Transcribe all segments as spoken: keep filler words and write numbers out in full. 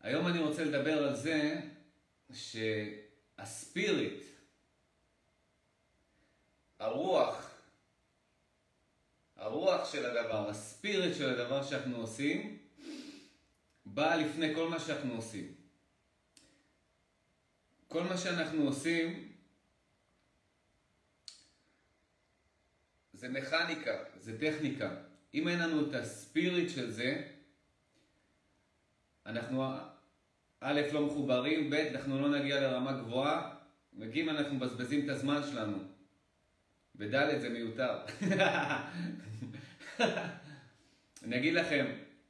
היום אני רוצה לדבר על זה שהספיריט, הרוח, הרוח של הדבר, הספיריט של הדבר שאנחנו עושים, באה לפני כל מה שאנחנו עושים. כל מה שאנחנו עושים זה מכניקה, זה טכניקה. אם אין לנו את הספיריט של זה, אנחנו א' לא מחוברים, ב' אנחנו לא נגיע לרמה גבוהה, מגיעים אנחנו מבזבזים את הזמן שלנו, וד' זה מיותר. אני אגיד לכם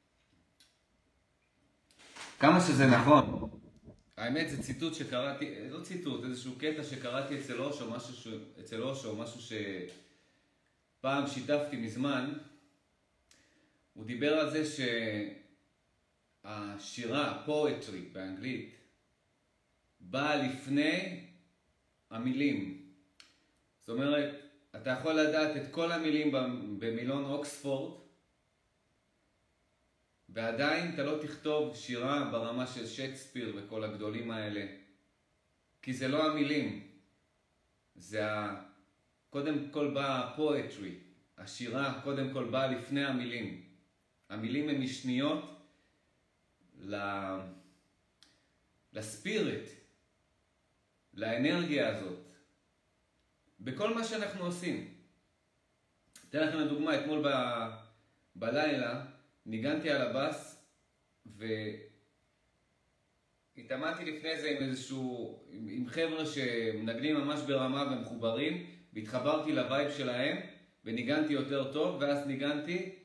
כמה שזה נכון. האמת זה ציטוט שקראתי, לא ציטוט, איזשהו קטע שקראתי אצל אושו, משהו ש... אצל אושו, משהו שפעם שיתפתי מזמן. הוא דיבר על זה שהשירה, poetry באנגלית, באה לפני המילים. זאת אומרת, אתה יכול לדעת את כל המילים במילון אוקספורד, ועדיין אתה לא תכתוב שירה ברמה של שייקספיר וכל הגדולים האלה. כי זה לא המילים. זה ה... קודם כל באה poetry. השירה קודם כל באה לפני המילים. המילים הן משניות ל... לספיריט, לאנרגיה הזאת. בכל מה שאנחנו עושים. אתן לכם לדוגמה, אתמול ב... בלילה, ניגנתי על הבאס, והתאמנתי לפני זה עם איזשהו, עם, עם חבר'ה שמנגנים ממש ברמה ומחוברים, והתחברתי לווייב שלהם, וניגנתי יותר טוב, ואז ניגנתי,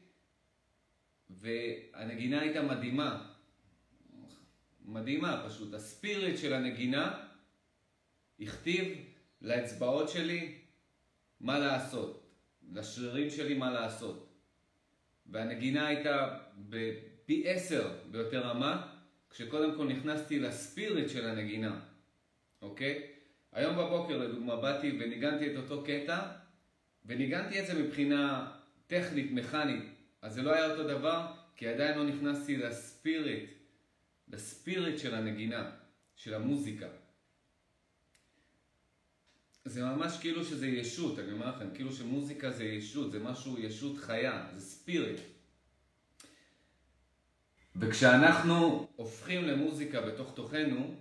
והנגינה הייתה מדהימה. מדהימה פשוט. הספיריט של הנגינה הכתיב לאצבעות שלי מה לעשות, לשרירים שלי מה לעשות. והנגינה הייתה בפי עשר ביותר רמה, כשקודם כל נכנסתי לספיריט של הנגינה. אוקיי? היום בבוקר לדוגמה באתי וניגנתי את אותו קטע, וניגנתי את זה מבחינה טכנית, מכנית. אז זה לא היה אותו דבר, כי עדיין לא נכנסתי לספיריט, לספיריט של הנגינה, של המוזיקה. זה ממש כאילו שזה ישות, אני אומר לכם, כאילו שמוזיקה זה ישות, זה משהו, ישות חיה, זה ספיריט. וכשאנחנו הופכים למוזיקה בתוך תוכנו,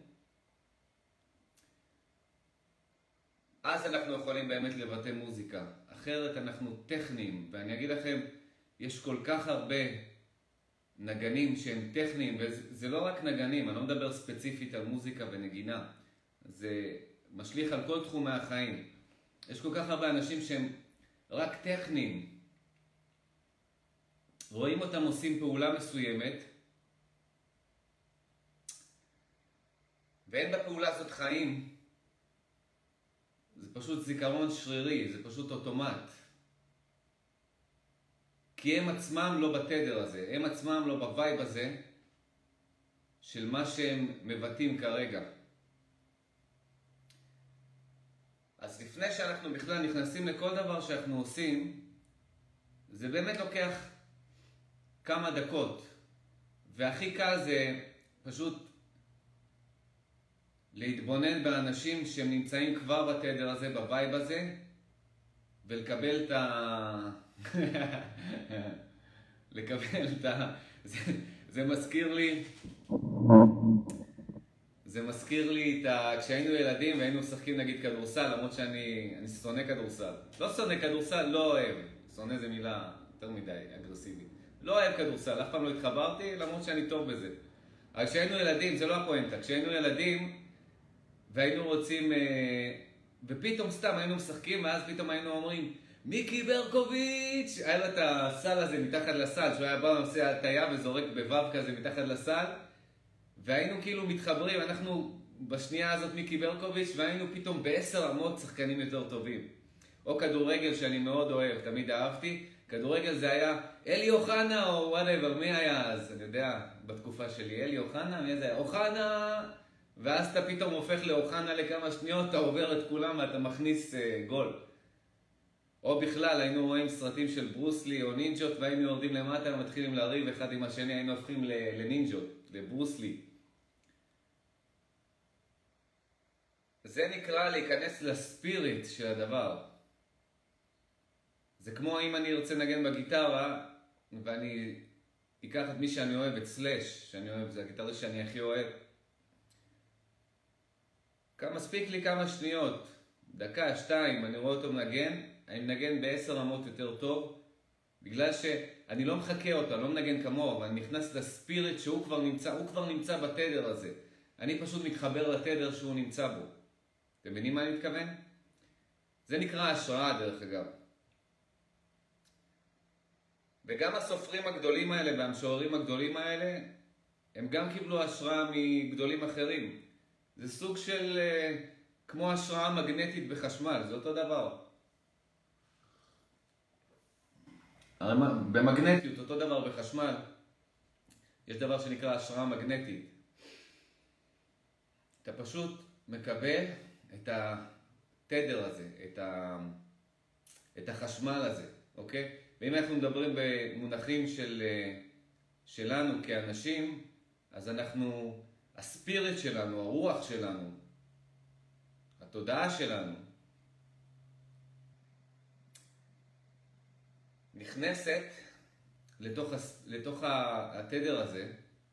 אז אנחנו יכולים באמת לבטא מוזיקה. אחרת אנחנו טכניים, ואני אגיד לכם, יש כל כך הרבה נגנים שהם טכניים, וזה לא רק נגנים, אני לא מדבר ספציפית על מוזיקה ונגינה, זה משליך על כל תחומי החיים. יש כל כך הרבה אנשים שהם רק טכניים. רואים אותם עושים פעולה מסוימת, ואין בפעולה הזאת חיים. זה פשוט זיכרון שרירי, זה פשוט אוטומט. כי הם עצמם לא בתדר הזה, הם עצמם לא בווייב הזה של מה שהם מבטאים כרגע. אז לפני שאנחנו בכלל נכנסים לכל דבר שאנחנו עושים, זה באמת לוקח כמה דקות. והכי קל זה פשוט להתבונן באנשים שהם נמצאים כבר בתדר הזה, בווייב הזה, ולקבל את ה... לקבל את ה... זה, זה מזכיר לי... זה מזכיר לי את ה... כשהיינו ילדים והיינו משחקים נגיד כדורסל, למרות שאני אני שונא כדורסל. לא שונא כדורסל, לא אוהב. שונא זה מילה יותר מדי אגרסיבית. לא אוהב כדורסל, אף פעם לא התחברתי, למרות שאני טוב בזה. אבל כשהיינו ילדים, זה לא הפואנטה, כשהיינו ילדים והיינו רוצים... ופתאום סתם היינו משחקים, ואז פתאום היינו אומרים, מיקי ברקוביץ', היה לו את הסל הזה מתחת לסל, שהוא היה בא נושא הטיה וזורק בבב כזה מתחת לסל, והיינו כאילו מתחברים, אנחנו בשנייה הזאת מיקי ברקוביץ', והיינו פתאום בעשר רמות שחקנים יותר טובים. או כדורגל שאני מאוד אוהב, תמיד אהבתי, כדורגל זה היה אלי אוחנה או whatever, מי היה אז? אני יודע, בתקופה שלי, אלי אוחנה, מי זה היה? אוחנה! ואז אתה פתאום הופך לאוחנה לכמה שניות, אתה עובר את כולם ואתה מכניס uh, גול. או בכלל, היינו רואים סרטים של ברוסלי או נינג'ות, והיינו יורדים למטה ומתחילים לריב אחד עם השני, היינו הופכים לנינג'ות, לברוסלי. זה נקרא להיכנס לספיריט של הדבר. זה כמו אם אני רוצה לנגן בגיטרה, ואני אקח את מי שאני אוהב, את סלאש, שאני אוהב, זה הגיטרה שאני הכי אוהב. מספיק לי כמה שניות, דקה, שתיים, אני רואה אותו מנגן, אני מנגן בעשר רמות יותר טוב, בגלל שאני לא מחכה אותו, אני לא מנגן כמוהו, אבל אני נכנס לספיריט שהוא כבר נמצא, הוא כבר נמצא בתדר הזה. אני פשוט מתחבר לתדר שהוא נמצא בו. אתם מבינים מה אני מתכוון? זה נקרא השראה דרך אגב. וגם הסופרים הגדולים האלה והמשוררים הגדולים האלה, הם גם קיבלו השראה מגדולים אחרים. זה סוג של כמו השראה מגנטית בחשמל, זה אותו דבר. במגנטיות, אותו דבר בחשמל, יש דבר שנקרא השראה מגנטית. אתה פשוט מקבל את התדר הזה, את, ה... את החשמל הזה, אוקיי? ואם אנחנו מדברים במונחים של, שלנו כאנשים, אז אנחנו, הספיריט שלנו, הרוח שלנו, התודעה שלנו, נכנסת לתוך, לתוך התדר הזה,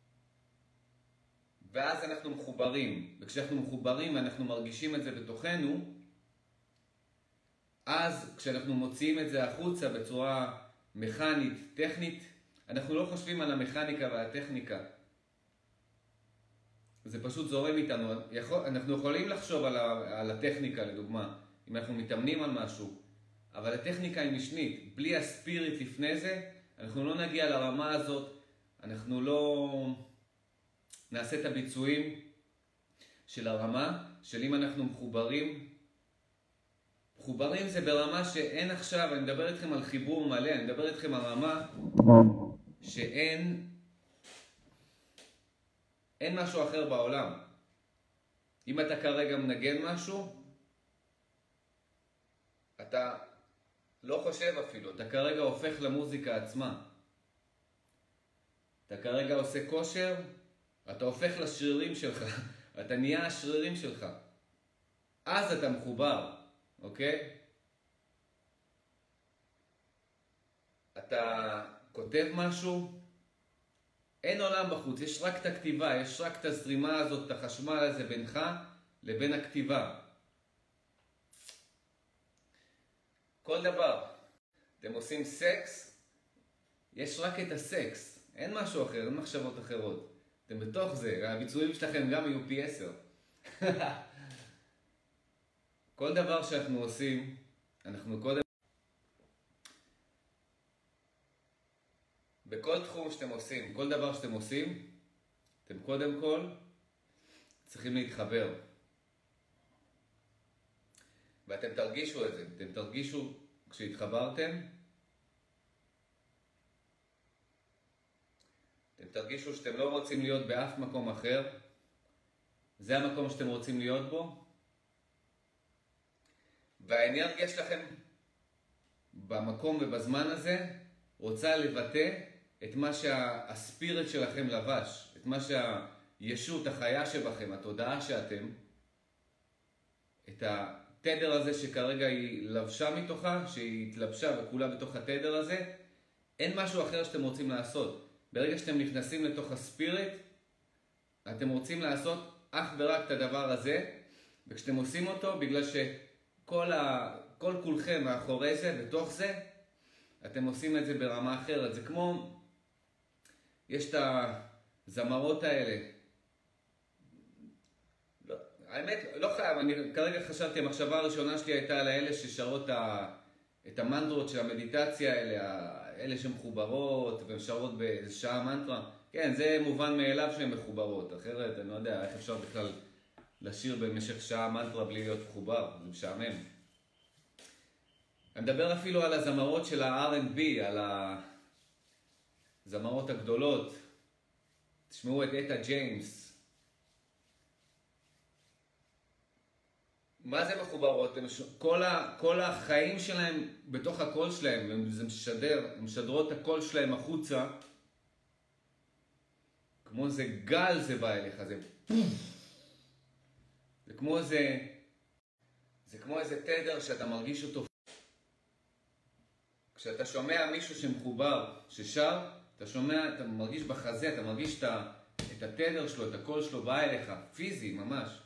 ואז אנחנו מחוברים. וכשאנחנו מחוברים אנחנו מרגישים את זה בתוכנו, אז כשאנחנו מוציאים את זה החוצה בצורה מכנית, טכנית, אנחנו לא חושבים על המכניקה והטכניקה. זה פשוט זורם איתנו. יכול, אנחנו יכולים לחשוב על, ה, על הטכניקה לדוגמה, אם אנחנו מתאמנים על משהו, אבל הטכניקה היא משנית. בלי הספיריט לפני זה, אנחנו לא נגיע לרמה הזאת, אנחנו לא נעשה את הביצועים של הרמה, של אם אנחנו מחוברים. מחוברים זה ברמה שאין עכשיו, אני מדבר איתכם על חיבור מלא, אני מדבר איתכם על רמה שאין אין משהו אחר בעולם. אם אתה כרגע מנגן משהו, אתה לא חושב אפילו, אתה כרגע הופך למוזיקה עצמה. אתה כרגע עושה כושר, אתה הופך לשרירים שלך, אתה נהיה השרירים שלך. אז אתה מחובר, אוקיי? אתה כותב משהו, אין עולם בחוץ, יש רק את הכתיבה, יש רק את הזרימה הזאת, את החשמל הזה בינך לבין הכתיבה. כל דבר. אתם עושים סקס, יש רק את הסקס, אין משהו אחר, אין מחשבות אחרות. אתם בתוך זה, הביצועים שלכם גם יהיו פי עשר. כל דבר שאנחנו עושים, אנחנו קודם... בכל תחום שאתם עושים, כל דבר שאתם עושים, אתם קודם כל צריכים להתחבר. ואתם תרגישו את זה, אתם תרגישו כשהתחברתם, אתם תרגישו שאתם לא רוצים להיות באף מקום אחר, זה המקום שאתם רוצים להיות בו, והאנרגיה שלכם במקום ובזמן הזה רוצה לבטא את מה שהספיריט שלכם לבש, את מה שהישות, החיה שבכם, התודעה שאתם, את התדר הזה שכרגע היא לבשה מתוכה, שהיא התלבשה וכולה בתוך התדר הזה, אין משהו אחר שאתם רוצים לעשות. ברגע שאתם נכנסים לתוך הספיריט, אתם רוצים לעשות אך ורק את הדבר הזה, וכשאתם עושים אותו, בגלל שכל ה... כל כולכם מאחורי זה, בתוך זה, אתם עושים את זה ברמה אחרת. זה כמו, יש את הזמרות האלה. לא, האמת, לא חייב, אני כרגע חשבתי, המחשבה הראשונה שלי הייתה על האלה ששרות את המנטרות של המדיטציה האלה, אלה שמחוברות ומשרות באיזה שעה מנטרה. כן, זה מובן מאליו שהן מחוברות, אחרת אני לא יודע איך אפשר בכלל לשיר במשך שעה מנטרה בלי להיות מחובר, זה משעמם. אני מדבר אפילו על הזמרות של ה-אר אנד בי, על הזמרות הגדולות. תשמעו את אטה ג'יימס. מה זה מחוברות? כל, ה, כל החיים שלהם בתוך הקול שלהם, זה משדר, משדרות את הקול שלהם החוצה. כמו איזה גל זה בא אליך, זה פוף. זה כמו איזה זה כמו איזה תדר שאתה מרגיש אותו. כשאתה שומע מישהו שמחובר, ששר, אתה שומע, אתה מרגיש בחזה, אתה מרגיש את התדר שלו, את הקול שלו בא אליך, פיזי ממש.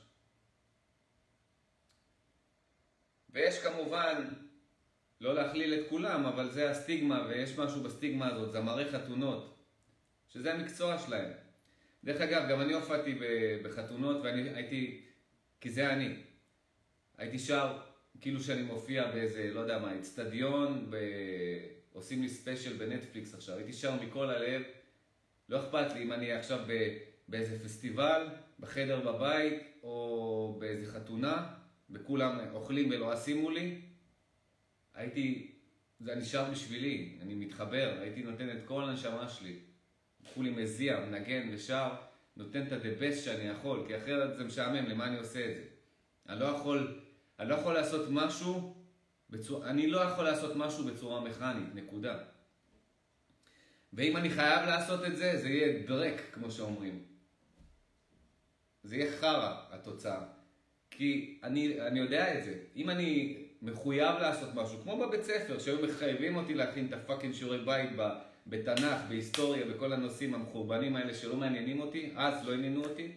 ויש כמובן, לא להכליל את כולם, אבל זה הסטיגמה, ויש משהו בסטיגמה הזאת, זמרי חתונות, שזה המקצוע שלהם. דרך אגב, גם אני הופעתי בחתונות, ואני הייתי, כי זה אני, הייתי שר, כאילו שאני מופיע באיזה, לא יודע מה, אצטדיון, ב... עושים לי ספיישל בנטפליקס עכשיו, הייתי שר מכל הלב, לא אכפת לי אם אני עכשיו ב... באיזה פסטיבל, בחדר בבית, או באיזה חתונה, וכולם אוכלים ולועסים מולי, הייתי, זה נשאר בשבילי, אני מתחבר, הייתי נותן את כל הנשמה שלי, כולי מזיע, מנגן ושר, נותן את ה-the best שאני יכול, כי אחרת זה משעמם, למה אני עושה את זה? אני לא יכול, אני לא יכול לעשות משהו, בצור... אני לא יכול לעשות משהו בצורה מכנית, נקודה. ואם אני חייב לעשות את זה, זה יהיה דרק, כמו שאומרים. זה יהיה חרא, התוצאה. כי אני, אני יודע את זה. אם אני מחויב לעשות משהו, כמו בבית ספר, שהיו מחייבים אותי להכין את הפאקינג שיעורי בית בתנ"ך, בהיסטוריה, בכל הנושאים המחורבנים האלה שלא מעניינים אותי, אז לא עניינו אותי.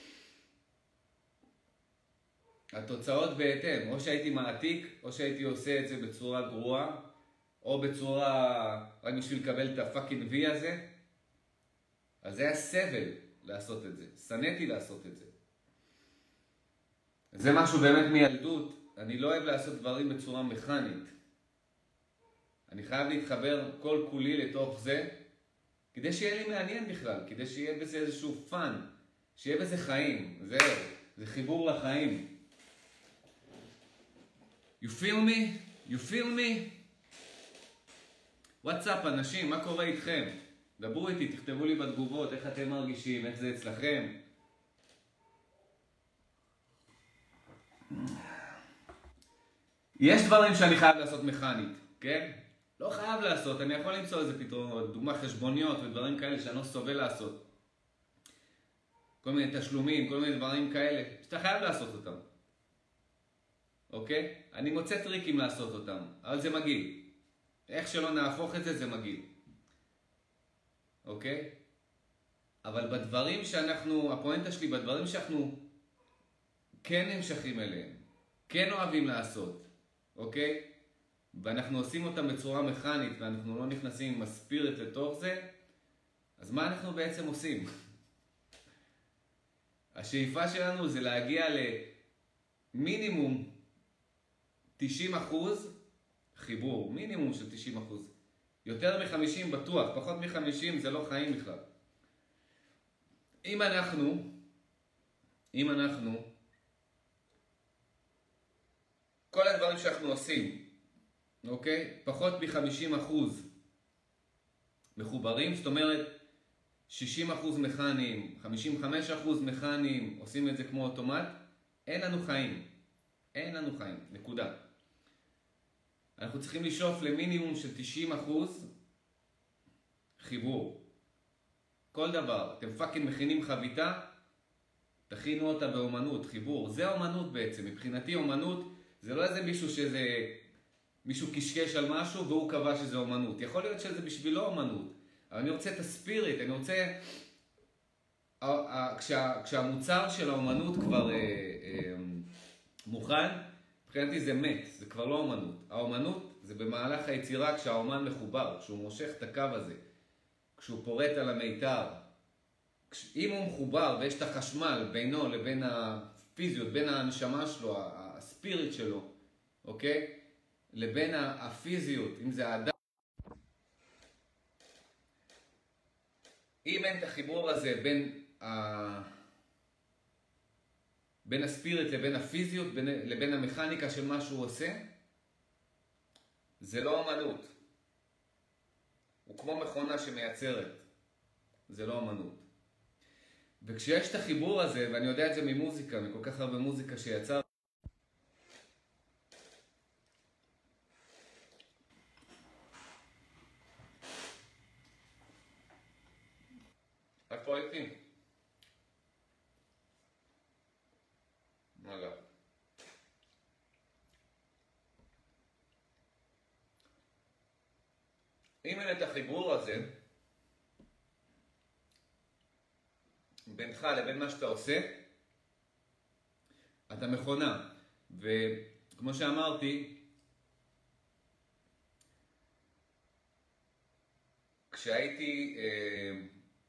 התוצאות בהתאם, או שהייתי מעתיק, או שהייתי עושה את זה בצורה גרועה, או בצורה רק בשביל לקבל את הפאקינג וי הזה. אז זה היה סבל לעשות את זה, שנאתי לעשות את זה. זה משהו באמת מילדות, אני לא אוהב לעשות דברים בצורה מכנית. אני חייב להתחבר כל כולי לתוך זה, כדי שיהיה לי מעניין בכלל, כדי שיהיה בזה איזשהו פן, שיהיה בזה חיים, זהו, זה חיבור לחיים. You feel me? You feel me? וואטסאפ אנשים, מה קורה איתכם? דברו איתי, תכתבו לי בתגובות, איך אתם מרגישים, איך זה אצלכם. יש דברים שאני חייב לעשות מכנית, כן? לא חייב לעשות, אני יכול למצוא איזה פתרונות, דוגמה חשבוניות ודברים כאלה שאני לא סובל לעשות. כל מיני תשלומים, כל מיני דברים כאלה, שאתה חייב לעשות אותם. אוקיי? אני מוצא טריקים לעשות אותם, אבל זה מגעיל. איך שלא נהפוך את זה, זה מגעיל. אוקיי? אבל בדברים שאנחנו, הפואנטה שלי, בדברים שאנחנו כן נמשכים אליהם, כן אוהבים לעשות, אוקיי? ואנחנו עושים אותם בצורה מכנית, ואנחנו לא נכנסים עם הספיריט לתוך זה, אז מה אנחנו בעצם עושים? השאיפה שלנו זה להגיע למינימום תשעים אחוז חיבור, מינימום של תשעים אחוז. יותר מ-חמישים בטוח, פחות מ-חמישים זה לא חיים בכלל. אם אנחנו, אם אנחנו, כל הדברים שאנחנו עושים, אוקיי? פחות מ-חמישים אחוז מחוברים, זאת אומרת, שישים אחוז מכניים, חמישים וחמישה אחוז מכניים, עושים את זה כמו אוטומט, אין לנו חיים. אין לנו חיים, נקודה. אנחנו צריכים לשאוף למינימום של תשעים אחוז חיבור. כל דבר, אתם פאקינג מכינים חביתה, תכינו אותה באומנות, חיבור. זה אומנות בעצם, מבחינתי אומנות זה לא איזה מישהו שזה, מישהו קשקש על משהו והוא קבע שזה אומנות. יכול להיות שזה בשבילו אומנות, אבל אני רוצה את הספיריט, אני רוצה, כשה, כשהמוצר של האומנות כבר אה, אה, מוכן, מבחינתי זה מת, זה כבר לא אומנות. האומנות זה במהלך היצירה כשהאומן מחובר, כשהוא מושך את הקו הזה, כשהוא פורט על המיתר. אם הוא מחובר ויש את החשמל בינו לבין הפיזיות, בין הנשמה שלו, הספיריט שלו, אוקיי? לבין הפיזיות, אם זה האדם. אם אין את החיבור הזה בין, ה... בין הספיריט לבין הפיזיות, בין... לבין המכניקה של מה שהוא עושה, זה לא אמנות. הוא כמו מכונה שמייצרת. זה לא אמנות. וכשיש את החיבור הזה, ואני יודע את זה ממוזיקה, מכל כך הרבה מוזיקה שיצר, איפה הייתי? רגע. אם אין את החיבור הזה, בינך לבין מה שאתה עושה, אתה מכונה. וכמו שאמרתי, כשהייתי אה,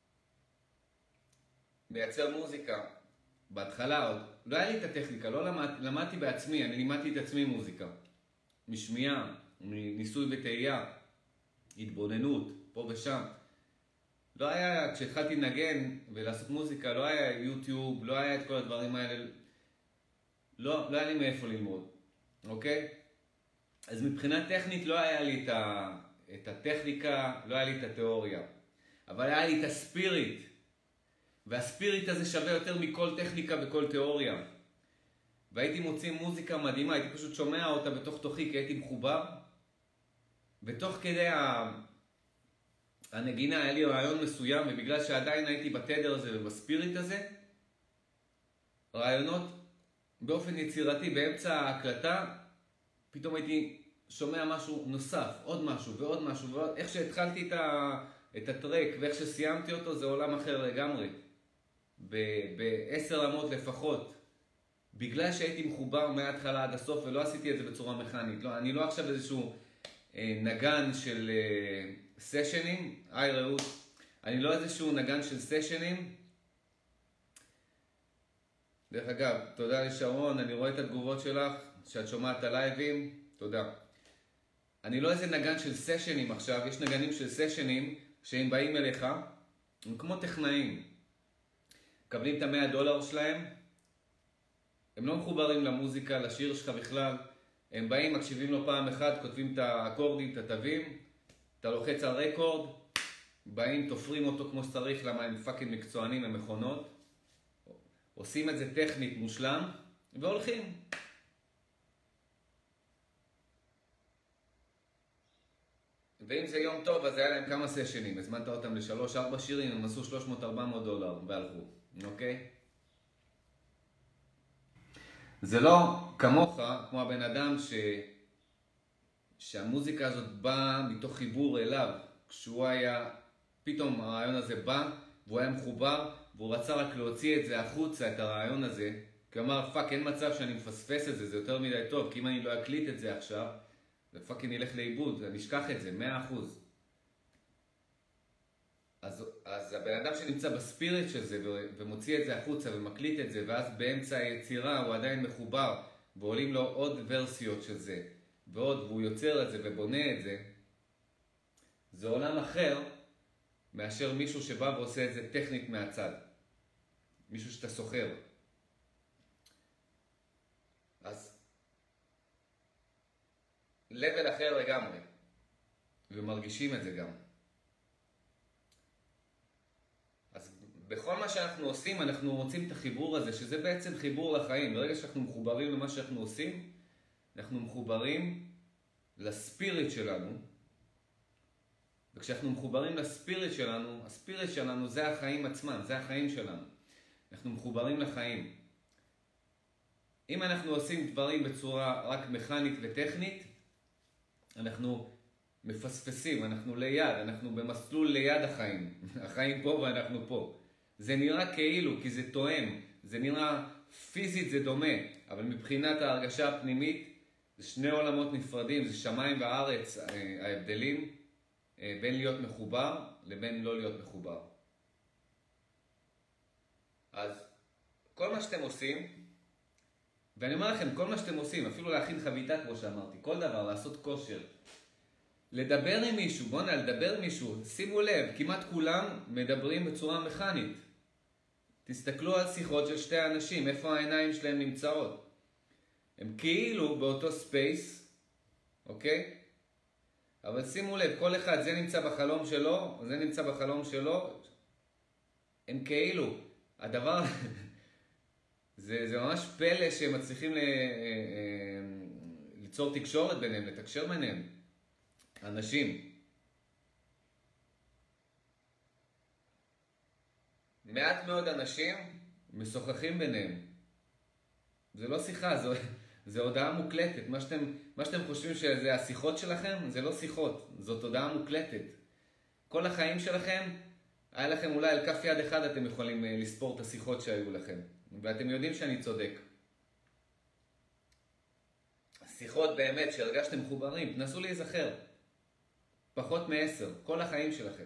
מייצר מוזיקה, בהתחלה עוד, לא היה לי את הטכניקה, לא למד, למדתי בעצמי, אני לימדתי את עצמי מוזיקה. משמיעה, מניסוי וטעייה, התבוננות, פה ושם. לא היה, כשהתחלתי לנגן ולעשות מוזיקה, לא היה יוטיוב, לא היה את כל הדברים האלה. לא, לא היה לי מאיפה ללמוד, אוקיי? אז מבחינה טכנית לא היה לי את, ה, את הטכניקה, לא היה לי את התיאוריה. אבל היה לי את הספיריט. והספיריט הזה שווה יותר מכל טכניקה וכל תיאוריה. והייתי מוציא מוזיקה מדהימה, הייתי פשוט שומע אותה בתוך תוכי כי הייתי מחובר. ותוך כדי ה... הנגינה היה לי רעיון מסוים, ובגלל שעדיין הייתי בתדר הזה ובספיריט הזה, רעיונות באופן יצירתי באמצע ההקלטה, פתאום הייתי שומע משהו נוסף, עוד משהו ועוד משהו, ועוד... איך שהתחלתי את, ה... את הטרק ואיך שסיימתי אותו זה עולם אחר לגמרי. בעשר רמות לפחות. בגלל שהייתי מחובר מההתחלה עד הסוף ולא עשיתי את זה בצורה מכנית. לא, אני לא עכשיו איזשהו אה, נגן של אה, סשנים. היי רעות. אני לא איזשהו נגן של סשנים. דרך אגב, תודה לשרון, אני רואה את התגובות שלך, שאת שומעת את הלייבים. תודה. אני לא איזה נגן של סשנים עכשיו, יש נגנים של סשנים שהם באים אליך, הם כמו טכנאים. מקבלים את המאה דולר שלהם, הם לא מחוברים למוזיקה, לשיר שלך בכלל, הם באים, מקשיבים לו פעם אחת, כותבים את האקורדים, את התווים, אתה לוחץ על רקורד, באים, תופרים אותו כמו שצריך, למה הם פאקינג מקצוענים, הם מכונות, עושים את זה טכנית מושלם, והולכים. ואם זה יום טוב, אז היה להם כמה סשנים, הזמנת אותם לשלוש, ארבע שירים, הם עשו שלוש מאות ארבע מאות דולר, והלכו, אוקיי? זה לא כמוך, כמו הבן אדם ש... שהמוזיקה הזאת באה מתוך חיבור אליו, כשהוא היה, פתאום הרעיון הזה בא, והוא היה מחובר, והוא רצה רק להוציא את זה החוצה, את הרעיון הזה, כי הוא אמר, פאק, אין מצב שאני מפספס את זה, זה יותר מדי טוב, כי אם אני לא אקליט את זה עכשיו, זה פאקינג ילך לאיבוד, אני אשכח את זה, מאה אחוז. אז, אז הבן אדם שנמצא בספיריט של זה ומוציא את זה החוצה ומקליט את זה, ואז באמצע היצירה הוא עדיין מחובר, ועולים לו עוד ורסיות של זה, ועוד, והוא יוצר את זה ובונה את זה, זה עולם אחר מאשר מישהו שבא ועושה את זה טכנית מהצד. מישהו שאתה סוחר. אז לבל אחר לגמרי, ומרגישים את זה גם. אז בכל מה שאנחנו עושים, אנחנו רוצים את החיבור הזה, שזה בעצם חיבור לחיים. ברגע שאנחנו מחוברים למה שאנחנו עושים, אנחנו מחוברים לספיריט שלנו, וכשאנחנו מחוברים לספיריט שלנו, הספיריט שלנו זה החיים עצמם, זה החיים שלנו. אנחנו מחוברים לחיים. אם אנחנו עושים דברים בצורה רק מכנית וטכנית, אנחנו מפספסים, אנחנו ליד, אנחנו במסלול ליד החיים. החיים פה ואנחנו פה. זה נראה כאילו, כי זה תואם, זה נראה פיזית זה דומה, אבל מבחינת ההרגשה הפנימית, זה שני עולמות נפרדים, זה שמיים וארץ, ההבדלים בין להיות מחובר לבין לא להיות מחובר. אז כל מה שאתם עושים, ואני אומר לכם, כל מה שאתם עושים, אפילו להכין חביתה כמו שאמרתי, כל דבר, לעשות כושר, לדבר עם מישהו, בוא נע, לדבר עם מישהו, שימו לב, כמעט כולם מדברים בצורה מכנית. תסתכלו על שיחות של שתי אנשים, איפה העיניים שלהם נמצאות. הם כאילו באותו ספייס, אוקיי? אבל שימו לב, כל אחד, זה נמצא בחלום שלו, זה נמצא בחלום שלו, הם כאילו, הדבר, זה, זה ממש פלא שהם מצליחים ל, ליצור תקשורת ביניהם, לתקשר ביניהם. אנשים. מעט מאוד אנשים משוחחים ביניהם. זה לא שיחה, זה, זה הודעה מוקלטת. מה שאתם, מה שאתם חושבים שזה השיחות שלכם, זה לא שיחות, זאת הודעה מוקלטת. כל החיים שלכם, היה לכם אולי על כף יד אחד אתם יכולים לספור את השיחות שהיו לכם. ואתם יודעים שאני צודק. שיחות באמת שהרגשתם מחוברים, תנסו להיזכר. פחות מעשר, כל החיים שלכם.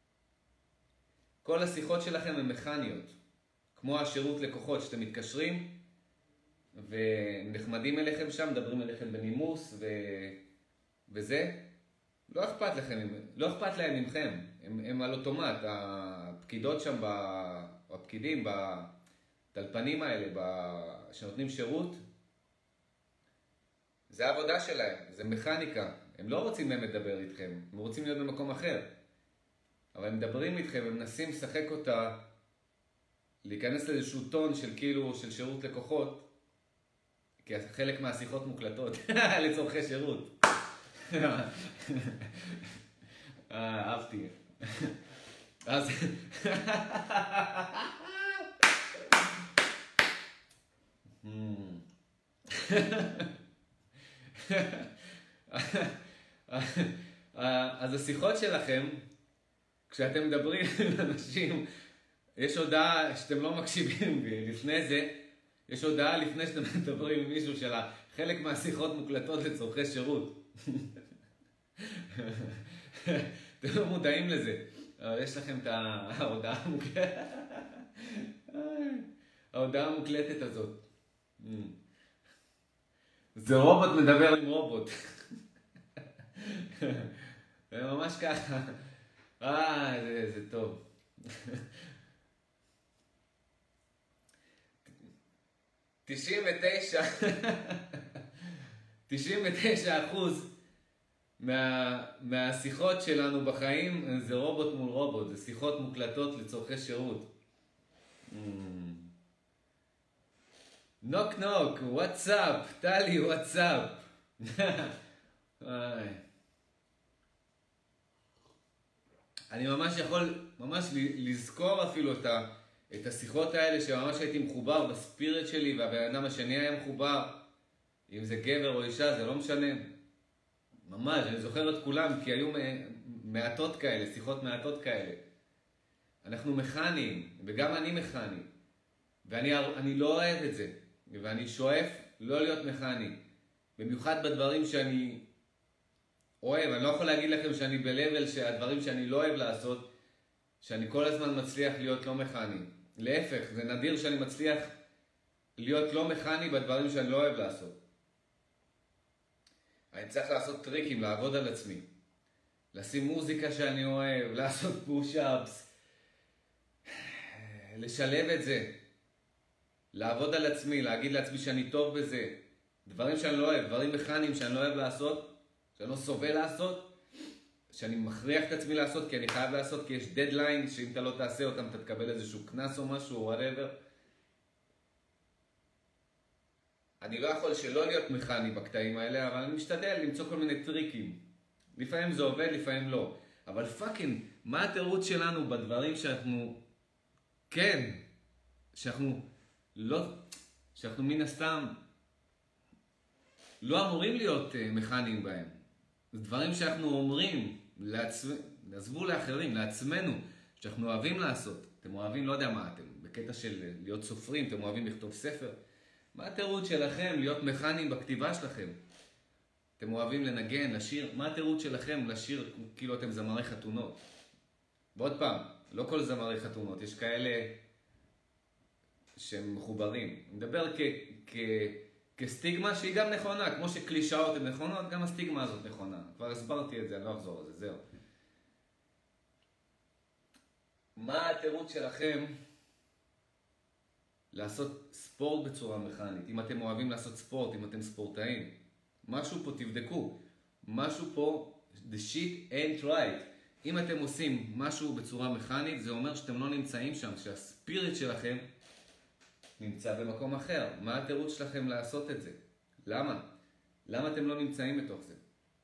כל השיחות שלכם הן מכניות. כמו השירות לקוחות שאתם מתקשרים, ונחמדים אליכם שם, מדברים אליכם בנימוס, ו... וזה. לא אכפת לכם, לא אכפת להם ממכם. הם, הם על אוטומט. הפקידות שם, ב... הפקידים, בטלפנים האלה, ב... שנותנים שירות, זה העבודה שלהם, זה מכניקה. הם לא רוצים באמת לדבר איתכם, הם רוצים להיות במקום אחר. אבל הם מדברים איתכם, הם מנסים לשחק אותה, להיכנס לאיזשהו טון של כאילו, של שירות לקוחות, כי חלק מהשיחות מוקלטות לצורכי שירות. אהבתי. אז... אז השיחות שלכם, כשאתם מדברים עם אנשים, יש הודעה שאתם לא מקשיבים, ולפני זה, יש הודעה לפני שאתם מדברים עם מישהו של חלק מהשיחות מוקלטות לצורכי שירות. אתם לא מודעים לזה, אבל יש לכם את ההודעה המוקלטת, ההודעה המוקלטת הזאת. זה רובוט מדבר עם רובוט. זה ממש ככה. אה, זה, זה טוב. תשעים ותשע, תשעים ותשע אחוז מה, מהשיחות שלנו בחיים זה רובוט מול רובוט, זה שיחות מוקלטות לצורכי שירות. נוק נוק, וואטסאפ, טלי, וואטסאפ. אני ממש יכול, ממש לזכור אפילו את, ה, את השיחות האלה שממש הייתי מחובר בספיריט שלי, והבן אדם השני היה מחובר. אם זה גבר או אישה, זה לא משנה. ממש, אני זוכר את כולם, כי היו מעטות כאלה, שיחות מעטות כאלה. אנחנו מכניים, וגם אני מכני. ואני אני לא אוהב את זה. ואני שואף לא להיות מכני. במיוחד בדברים שאני אוהב. אני לא יכול להגיד לכם שאני בלבל שהדברים שאני לא אוהב לעשות, שאני כל הזמן מצליח להיות לא מכני. להפך, זה נדיר שאני מצליח להיות לא מכני בדברים שאני לא אוהב לעשות. אני צריך לעשות טריקים, לעבוד על עצמי. לשים מוזיקה שאני אוהב, לעשות פוש-אפס, לשלב את זה. לעבוד על עצמי, להגיד לעצמי שאני טוב בזה. דברים שאני לא אוהב, דברים מכניים שאני לא אוהב לעשות, שאני לא סובל לעשות, שאני מכריח את עצמי לעשות כי אני חייב לעשות, כי יש דדליין שאם אתה לא תעשה אותם אתה תקבל איזשהו כנס או משהו או whatever. אני לא יכול שלא להיות מכני בקטעים האלה, אבל אני משתדל למצוא כל מיני טריקים. לפעמים זה עובד, לפעמים לא. אבל פאקינג, מה התירוץ שלנו בדברים שאנחנו, כן, שאנחנו לא, שאנחנו מן הסתם לא אמורים להיות מכניים בהם. זה דברים שאנחנו אומרים, לעצמ... עזבו לאחרים, לעצמנו, שאנחנו אוהבים לעשות. אתם אוהבים, לא יודע מה, אתם בקטע של להיות סופרים, אתם אוהבים לכתוב ספר. מה התירוץ שלכם להיות מכניים בכתיבה שלכם? אתם אוהבים לנגן, לשיר, מה התירוץ שלכם לשיר כאילו אתם זמרי חתונות? ועוד פעם, לא כל זמרי חתונות, יש כאלה שהם מחוברים. אני מדבר כ... כ... כסטיגמה שהיא גם נכונה, כמו שקלישאות הן נכונות, גם הסטיגמה הזאת נכונה. כבר הסברתי את זה, אני לא אחזור על זה, זהו. מה התירוץ שלכם לעשות ספורט בצורה מכנית? אם אתם אוהבים לעשות ספורט, אם אתם ספורטאים, משהו פה תבדקו. משהו פה, the shit ain't right. אם אתם עושים משהו בצורה מכנית, זה אומר שאתם לא נמצאים שם, שהספיריט שלכם נמצא במקום אחר. מה התירוץ שלכם לעשות את זה? למה? למה אתם לא נמצאים בתוך זה?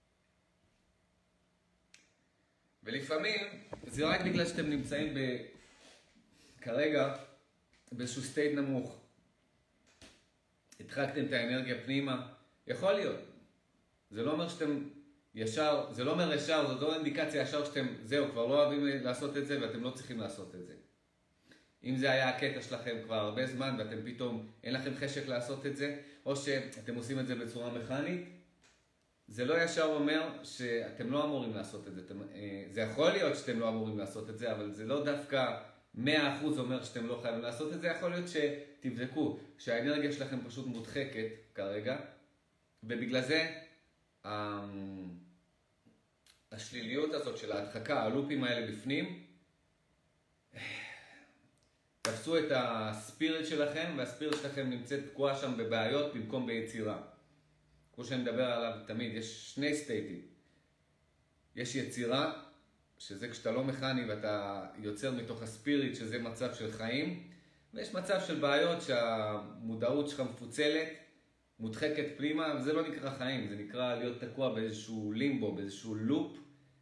ולפעמים זה רק בגלל שאתם נמצאים ב... כרגע באיזשהו סטייט נמוך. הרחקתם את האנרגיה פנימה, יכול להיות. זה לא אומר שאתם ישר, זה לא אומר ישר, זאת לא אינדיקציה ישר שאתם, זהו, כבר לא אוהבים לעשות את זה ואתם לא צריכים לעשות את זה. אם זה היה הקטע שלכם כבר הרבה זמן ואתם פתאום, אין לכם חשק לעשות את זה, או שאתם עושים את זה בצורה מכנית, זה לא ישר אומר שאתם לא אמורים לעשות את זה. אתם, זה יכול להיות שאתם לא אמורים לעשות את זה, אבל זה לא דווקא מאה אחוז אומר שאתם לא חייבים לעשות את זה. יכול להיות שתבדקו שהאנרגיה שלכם פשוט מודחקת כרגע, ובגלל זה השליליות הזאת של ההדחקה, הלופים האלה בפנים, תפסו את הספיריט שלכם, והספיריט שלכם נמצאת תקועה שם בבעיות במקום ביצירה. כמו שאני מדבר עליו תמיד, יש שני סטייטים. יש יצירה, שזה כשאתה לא מכני ואתה יוצר מתוך הספיריט, שזה מצב של חיים, ויש מצב של בעיות שהמודעות שלך מפוצלת, מודחקת פנימה, וזה לא נקרא חיים, זה נקרא להיות תקוע באיזשהו לימבו, באיזשהו לופ.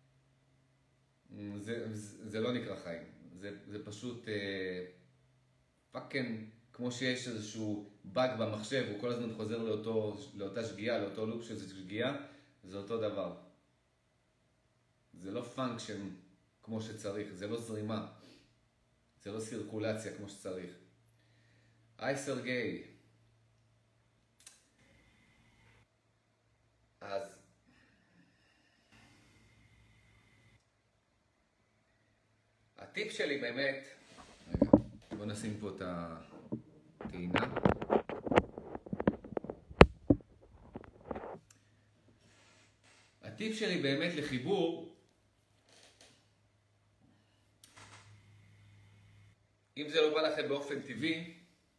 זה, זה, זה לא נקרא חיים, זה, זה פשוט אה, פאקן, כמו שיש איזשהו באג במחשב, הוא כל הזמן חוזר לאותו, לאותה שגיאה, לאותו לופ שזה שגיאה, זה אותו דבר. זה לא פונקשן כמו שצריך, זה לא זרימה, זה לא סירקולציה כמו שצריך. היי סרגי. אז הטיפ שלי באמת, רגע, בוא נשים פה את הטעינה. הטיפ שלי באמת לחיבור, אם זה לא בא לכם באופן טבעי,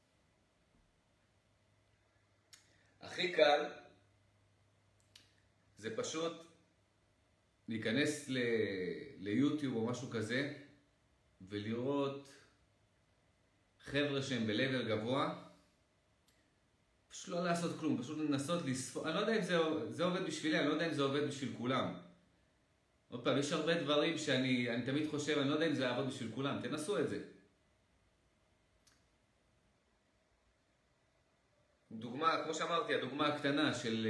הכי קל זה פשוט להיכנס ל... ליוטיוב או משהו כזה ולראות חבר'ה שהם בלבל גבוה, פשוט לא לעשות כלום, פשוט לנסות לספור. אני לא יודע אם זה, זה עובד בשבילי, אני לא יודע אם זה עובד בשביל כולם. עוד פעם, יש הרבה דברים שאני אני תמיד חושב, אני לא יודע אם זה יעבוד בשביל כולם, תנסו את זה. דוגמה, כמו שאמרתי, הדוגמה הקטנה של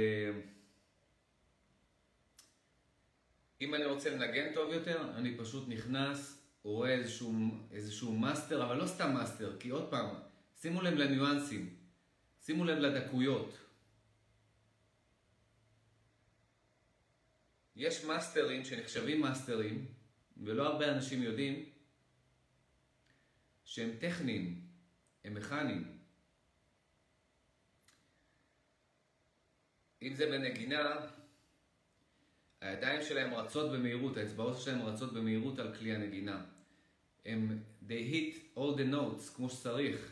אם אני רוצה לנגן טוב יותר, אני פשוט נכנס, רואה איזשהו, איזשהו מאסטר, אבל לא סתם מאסטר, כי עוד פעם, שימו לב לניואנסים, שימו לב לדקויות. יש מאסטרים שנחשבים מאסטרים, ולא הרבה אנשים יודעים, שהם טכניים, הם מכניים. אם זה בנגינה, הידיים שלהם רצות במהירות, האצבעות שלהם רצות במהירות על כלי הנגינה. הם, they hit all the notes כמו שצריך.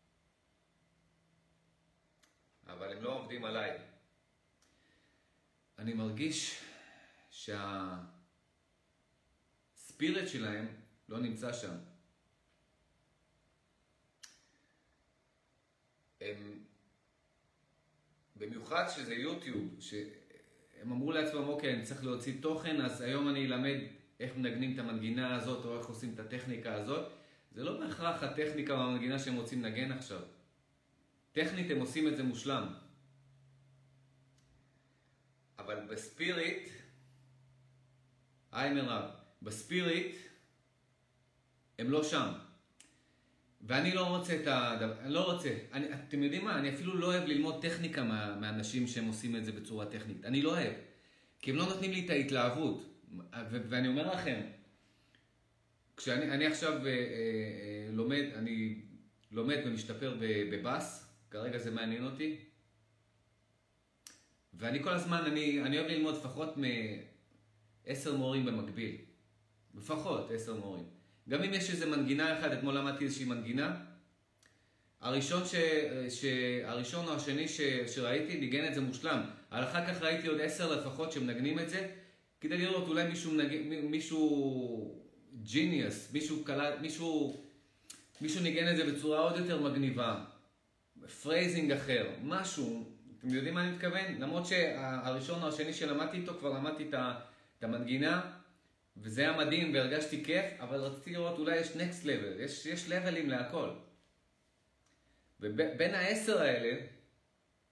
אבל הם לא עובדים עליי. אני מרגיש שהספיריט שלהם לא נמצא שם. הם, במיוחד שזה יוטיוב, שהם אמרו לעצמם, אוקיי, אני צריך להוציא תוכן, אז היום אני אלמד איך מנגנים את המנגינה הזאת, או איך עושים את הטכניקה הזאת. זה לא בהכרח הטכניקה או המנגינה שהם רוצים לנגן עכשיו. טכנית הם עושים את זה מושלם. אבל בספיריט, היי מרב, בספיריט הם לא שם. ואני לא רוצה את הדבר, אני לא רוצה. אני, אתם יודעים מה? אני אפילו לא אוהב ללמוד טכניקה מה, מהאנשים שהם עושים את זה בצורה טכנית. אני לא אוהב. כי הם לא נותנים לי את ההתלהבות. ו- ואני אומר לכם, כשאני אני עכשיו אה, אה, לומד, אני לומד ומשתפר בבאס, כרגע זה מעניין אותי. ואני כל הזמן, אני, אני אוהב ללמוד לפחות מעשר מורים במקביל. לפחות עשר מורים. גם אם יש איזה מנגינה אחד, אתמול למדתי איזושהי מנגינה, הראשון, ש, ש, הראשון או השני ש, שראיתי ניגן את זה מושלם. אבל אחר כך ראיתי עוד עשר לפחות שמנגנים את זה, כדי לראות אולי מישהו, מישהו ג'יניוס, מישהו, מישהו, מישהו ניגן את זה בצורה עוד יותר מגניבה, פרייזינג אחר, משהו, אתם יודעים מה אני מתכוון? למרות שהראשון או השני שלמדתי איתו, כבר למדתי את המנגינה, וזה היה מדהים והרגשתי כיף, אבל רציתי לראות אולי יש next level, יש, יש לבלים להכל. ובין העשר האלה,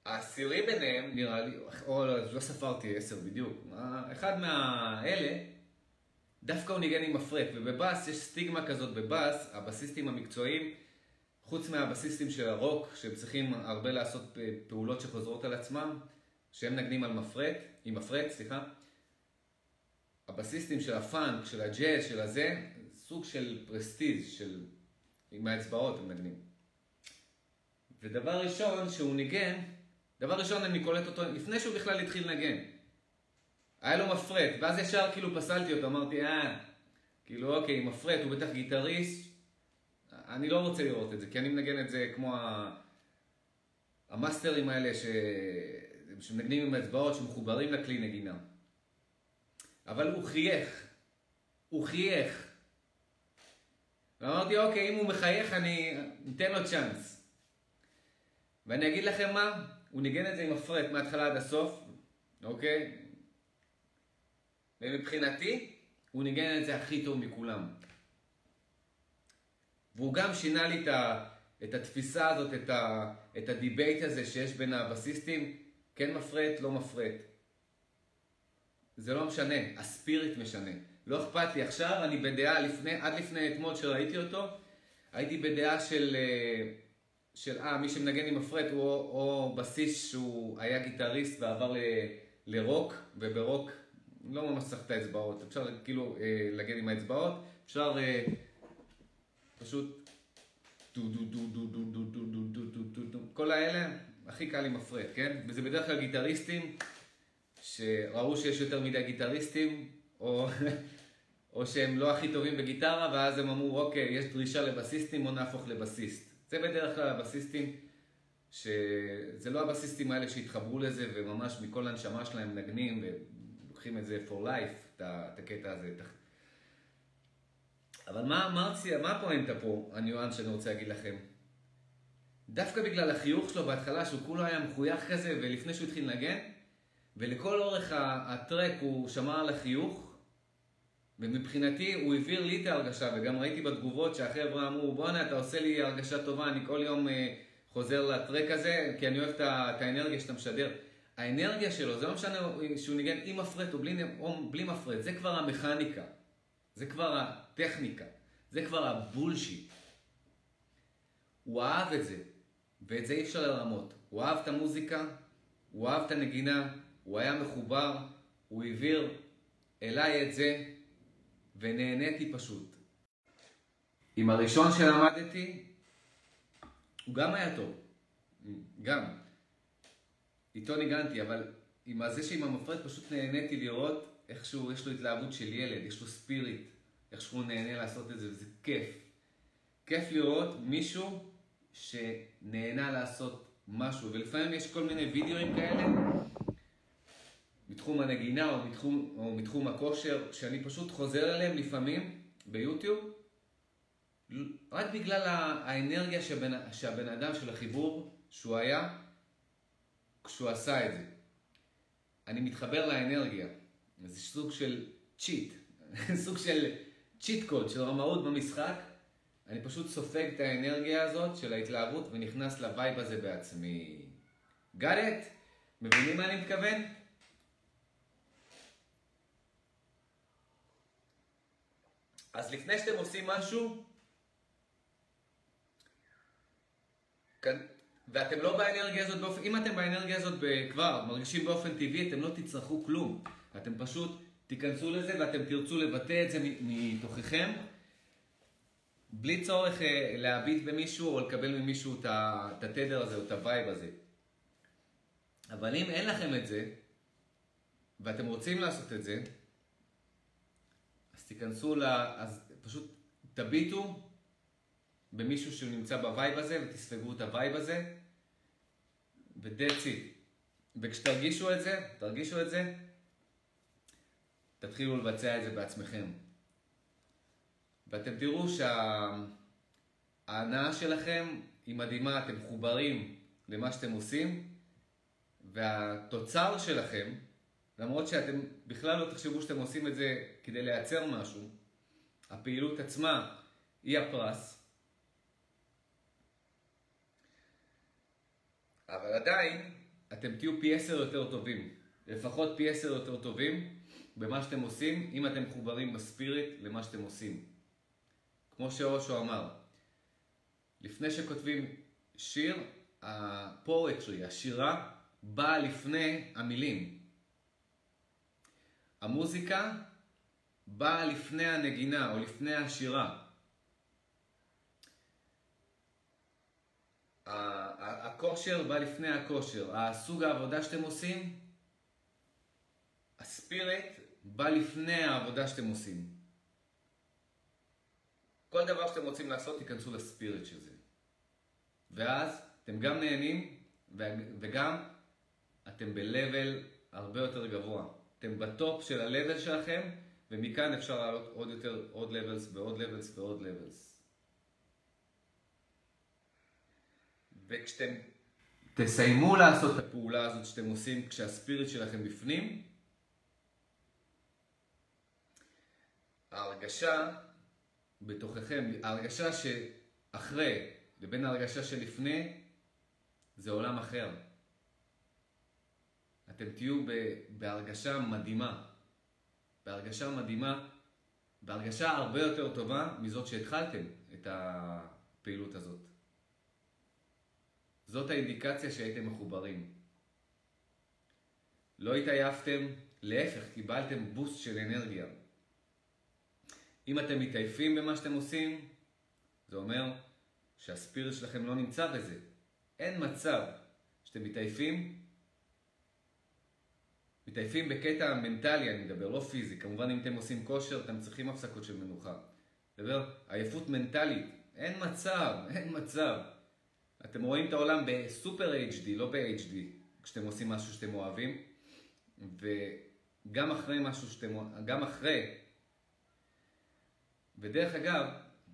העשירי ביניהם, נראה לי, או לא, לא ספרתי עשר בדיוק, אחד מהאלה, דווקא הוא ניגן עם מפרט, ובבאס יש סטיגמה כזאת בבאס, הבסיסטים המקצועיים, חוץ מהבסיסטים של הרוק, שהם צריכים הרבה לעשות פעולות שחוזרות על עצמם, שהם נגנים על מפרט, עם מפרט, סליחה, הבסיסטים של הפאנק, של הג'אז, של הזה, סוג של פרסטיז, של... עם האצבעות הם נגנים. ודבר ראשון שהוא ניגן, דבר ראשון אני קולט אותו, לפני שהוא בכלל התחיל לנגן. היה לו מפרט, ואז ישר כאילו פסלתי אותו, אמרתי, אה, כאילו אוקיי, מפרט, הוא בטח גיטריסט, אני לא רוצה לראות את זה, כי אני מנגן את זה כמו ה... המאסטרים האלה ש... שמנגנים עם האצבעות, שמחוברים לכלי נגינה. אבל הוא חייך, הוא חייך. ואמרתי, אוקיי, אם הוא מחייך, אני אתן לו צ'אנס. ואני אגיד לכם מה, הוא ניגן את זה עם מפרט מההתחלה עד הסוף, אוקיי? ומבחינתי, הוא ניגן את זה הכי טוב מכולם. והוא גם שינה לי את, ה, את התפיסה הזאת, את, ה, את הדיבייט הזה שיש בין הבסיסטים, כן מפרט, לא מפרט. זה לא משנה, הספיריט משנה. לא אכפת לי. עכשיו אני בדעה, לפני, עד לפני אתמול שראיתי אותו, הייתי בדעה של, של אה, מי שמנגן עם מפרט הוא או, או בסיס שהוא היה גיטריסט ועבר ל, לרוק, וברוק לא ממש צריך את האצבעות. אפשר כאילו אה, לגן עם האצבעות, אפשר אה, פשוט דו דו דו דו דו דו דו דו דו דו דו דו. כל האלה הכי קל עם מפרט, כן? וזה בדרך כלל גיטריסטים שראו שיש יותר מדי גיטריסטים, או, או שהם לא הכי טובים בגיטרה, ואז הם אמרו, אוקיי, יש דרישה לבסיסטים, או נהפוך לבסיסט. זה בדרך כלל הבסיסטים, שזה לא הבסיסטים האלה שהתחברו לזה, וממש מכל הנשמה שלהם נגנים, ולוקחים את זה for life, את הקטע הזה. אבל מה, מה, מה הפואנטה פה, הניואנס שאני רוצה להגיד לכם? דווקא בגלל החיוך שלו בהתחלה, שהוא כולו היה מחוייך כזה, ולפני שהוא התחיל לנגן, ולכל אורך הטרק הוא שמע על החיוך, ומבחינתי הוא העביר לי את ההרגשה, וגם ראיתי בתגובות שהחבר'ה אמרו, בוא'נה, אתה עושה לי הרגשה טובה, אני כל יום אה, חוזר לטרק הזה, כי אני אוהב את האנרגיה שאתה משדר. האנרגיה שלו, זה לא משנה שהוא ניגן עם מפרט או בלי, או בלי מפרט, זה כבר המכניקה, זה כבר הטכניקה, זה כבר הבולשיט. הוא אהב את זה, ואת זה אי אפשר לרמות. הוא אהב את המוזיקה, הוא אהב את הנגינה, הוא היה מחובר, הוא העביר אליי את זה, ונהניתי פשוט. עם הראשון שלמדתי, הוא גם היה טוב. גם. איתו ניגנתי, אבל עם הזה שעם המפרט פשוט נהניתי לראות איכשהו יש לו התלהבות של ילד, יש לו ספיריט, איכשהו הוא נהנה לעשות את זה, וזה כיף. כיף לראות מישהו שנהנה לעשות משהו, ולפעמים יש כל מיני וידאוים כאלה, מתחום הנגינה או מתחום, או מתחום הכושר, שאני פשוט חוזר אליהם לפעמים ביוטיוב, רק בגלל האנרגיה שהבן, שהבן אדם של החיבור שהוא היה, כשהוא עשה את זה. אני מתחבר לאנרגיה. זה סוג של צ'יט, סוג של צ'יט קוד, של רמאות במשחק. אני פשוט סופג את האנרגיה הזאת של ההתלהבות ונכנס לווייב הזה בעצמי. got it? מבינים מה אני מתכוון? אז לפני שאתם עושים משהו, ואתם לא באנרגיה הזאת באופן, אם אתם באנרגיה הזאת כבר מרגישים באופן טבעי, אתם לא תצרכו כלום. אתם פשוט תיכנסו לזה ואתם תרצו לבטא את זה מתוככם, בלי צורך להביט במישהו או לקבל ממישהו את התדר הזה או את הווייב הזה. אבל אם אין לכם את זה, ואתם רוצים לעשות את זה, אז תיכנסו ל... אז פשוט תביטו במישהו שנמצא בווייב הזה, ותספגו את הווייב הזה, ו-that's it. וכשתרגישו את זה, תרגישו את זה, תתחילו לבצע את זה בעצמכם. ואתם תראו שההנאה שלכם היא מדהימה, אתם מחוברים למה שאתם עושים, והתוצר שלכם, למרות שאתם בכלל לא תחשבו שאתם עושים את זה כדי לייצר משהו, הפעילות עצמה היא הפרס, אבל עדיין אתם תהיו פי עשר יותר טובים. לפחות פי עשר יותר טובים במה שאתם עושים, אם אתם מחוברים בספיריט למה שאתם עושים. כמו שאושו אמר, לפני שכותבים שיר, הפורטרי, השירה, באה לפני המילים. המוזיקה באה לפני הנגינה או לפני השירה. הכושר בא לפני הכושר. הסוג העבודה שאתם עושים, הספיריט בא לפני העבודה שאתם עושים. כל דבר שאתם רוצים לעשות, תיכנסו לספיריט של זה. ואז אתם גם נהנים וגם אתם ב-level הרבה יותר גבוה. אתם בטופ של ה-level שלכם, ומכאן אפשר לעלות עוד יותר, עוד levels ועוד levels ועוד levels. וכשאתם תסיימו לעשות את הפעולה הזאת שאתם עושים כשהספיריט שלכם בפנים, ההרגשה בתוככם, ההרגשה שאחרי לבין ההרגשה שלפני, זה עולם אחר. אתם תהיו בהרגשה מדהימה. בהרגשה מדהימה, בהרגשה הרבה יותר טובה מזאת שהתחלתם את הפעילות הזאת. זאת האינדיקציה שהייתם מחוברים. לא התעייפתם, להפך, קיבלתם בוסט של אנרגיה. אם אתם מתעייפים במה שאתם עושים, זה אומר שהספיריט שלכם לא נמצא בזה. אין מצב שאתם מתעייפים, מתעייפים בקטע מנטלי, אני מדבר, לא פיזי. כמובן אם אתם עושים כושר, אתם צריכים הפסקות של מנוחה. מדבר, עייפות מנטלית, אין מצב, אין מצב. אתם רואים את העולם בסופר אייץ' די, לא ב-אייץ' די, כשאתם עושים משהו שאתם אוהבים. וגם אחרי משהו שאתם, גם אחרי. ודרך אגב,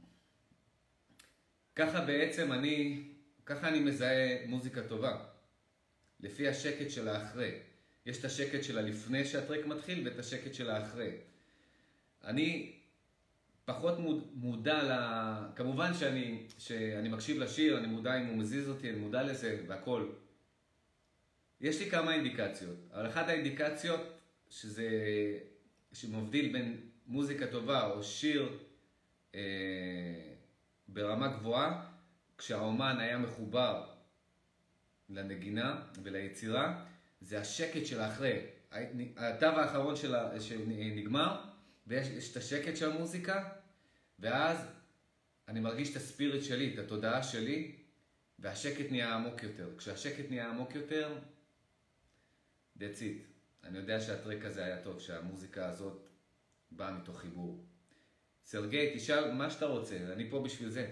ככה בעצם אני, ככה אני מזהה מוזיקה טובה. לפי השקט של האחרי. יש את השקט של הלפני שהטרק מתחיל ואת השקט של האחרי. אני פחות מודע ל... כמובן שאני, שאני מקשיב לשיר, אני מודע אם הוא מזיז אותי, אני מודע לזה והכל. יש לי כמה אינדיקציות. אבל אחת האינדיקציות שזה, שמבדיל בין מוזיקה טובה או שיר אה, ברמה גבוהה, כשהאומן היה מחובר לנגינה וליצירה, זה השקט של האחרי. התו האחרון שלה, שנגמר, ויש את השקט של המוזיקה, ואז אני מרגיש את הספיריט שלי, את התודעה שלי, והשקט נהיה עמוק יותר. כשהשקט נהיה עמוק יותר, that's it. אני יודע שהטרק הזה היה טוב, שהמוזיקה הזאת באה מתוך חיבור. סרגי, תשאל מה שאתה רוצה, אני פה בשביל זה.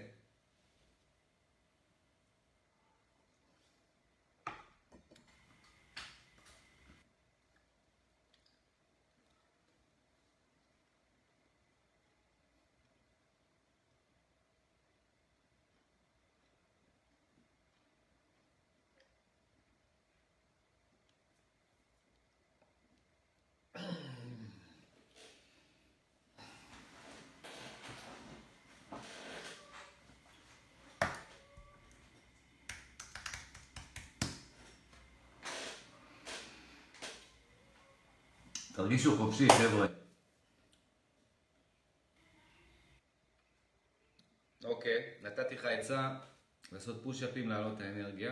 תרגישו חופשי, חבר'ה. אוקיי, נתתי לך עצה לעשות פוש-אפים להעלות את האנרגיה.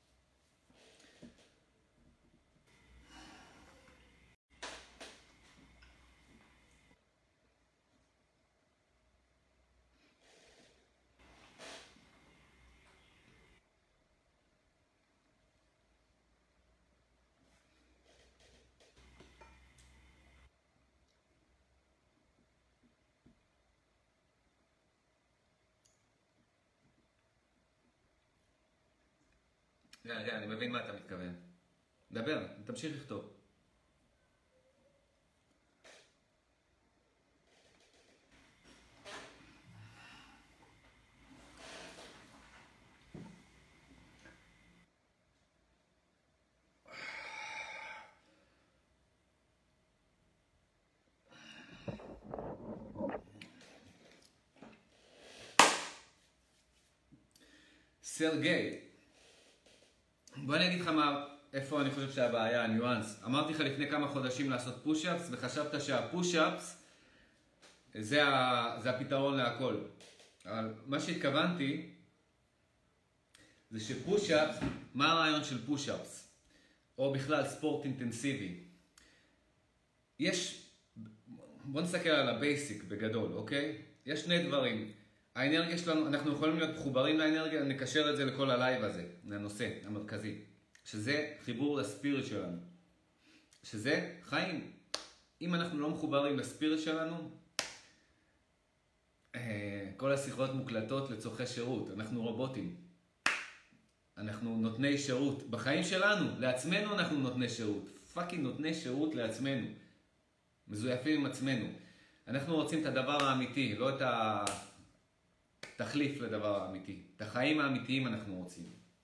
רגע, אני מבין מה אתה מתכוון. דבר, תמשיך לכתוב. סרגי, בוא אני אגיד לך מה, איפה אני חושב שהבעיה, הניואנס. אמרתי לך לפני כמה חודשים לעשות פוש-אפס, וחשבת שהפוש-אפס זה, ה... זה הפתרון להכל. אבל מה שהתכוונתי, זה שפוש-אפס, מה הרעיון של פוש-אפס? או בכלל ספורט אינטנסיבי. יש, בוא נסתכל על הבייסיק בגדול, אוקיי? יש שני דברים. האנרגיה שלנו, אנחנו יכולים להיות מחוברים לאנרגיה, נקשר את זה לכל הלייב הזה, לנושא המרכזי. שזה חיבור לספיריט שלנו. שזה חיים. אם אנחנו לא מחוברים לספיריט שלנו, כל השיחות מוקלטות לצורכי שירות. אנחנו רובוטים. אנחנו נותני שירות. בחיים שלנו, לעצמנו אנחנו נותני שירות. פאקינג נותני שירות לעצמנו. מזויפים עם עצמנו. אנחנו רוצים את הדבר האמיתי, לא את התחליף לדבר האמיתי. את החיים האמיתיים אנחנו רוצים.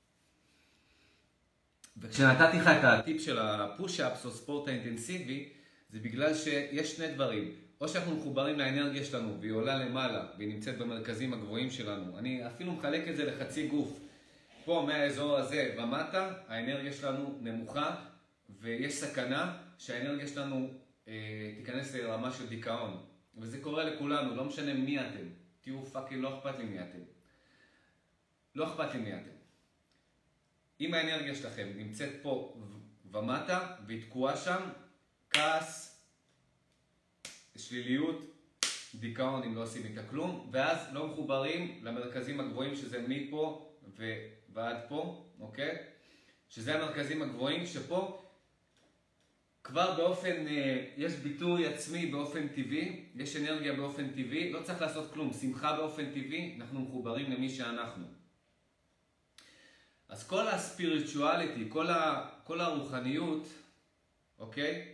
וכשנתתי לך את הטיפ של הפוש-אפס או ספורט האינטנסיבי, זה בגלל שיש שני דברים. או שאנחנו מחוברים לאנרגיה שלנו והיא עולה למעלה והיא נמצאת במרכזים הגבוהים שלנו. אני אפילו מחלק את זה לחצי גוף. פה מהאזור הזה ומטה, האנרגיה שלנו נמוכה ויש סכנה שהאנרגיה שלנו אה, תיכנס לרמה של דיכאון. וזה קורה לכולנו, לא משנה מי אתם. תהיו פאקינג, לא אכפת לי מי אתם. לא אכפת לי מי אתם. אם האנרגיה שלכם נמצאת פה ומטה והיא תקועה שם, כעס, שליליות, דיכאון אם לא עושים איתה כלום, ואז לא מחוברים למרכזים הגבוהים שזה מפה ועד פה, אוקיי? שזה המרכזים הגבוהים שפה כבר באופן, יש ביטוי עצמי באופן טבעי, יש אנרגיה באופן טבעי, לא צריך לעשות כלום, שמחה באופן טבעי, אנחנו מחוברים למי שאנחנו. אז כל הספיריטואליטי, כל, ה, כל הרוחניות, אוקיי?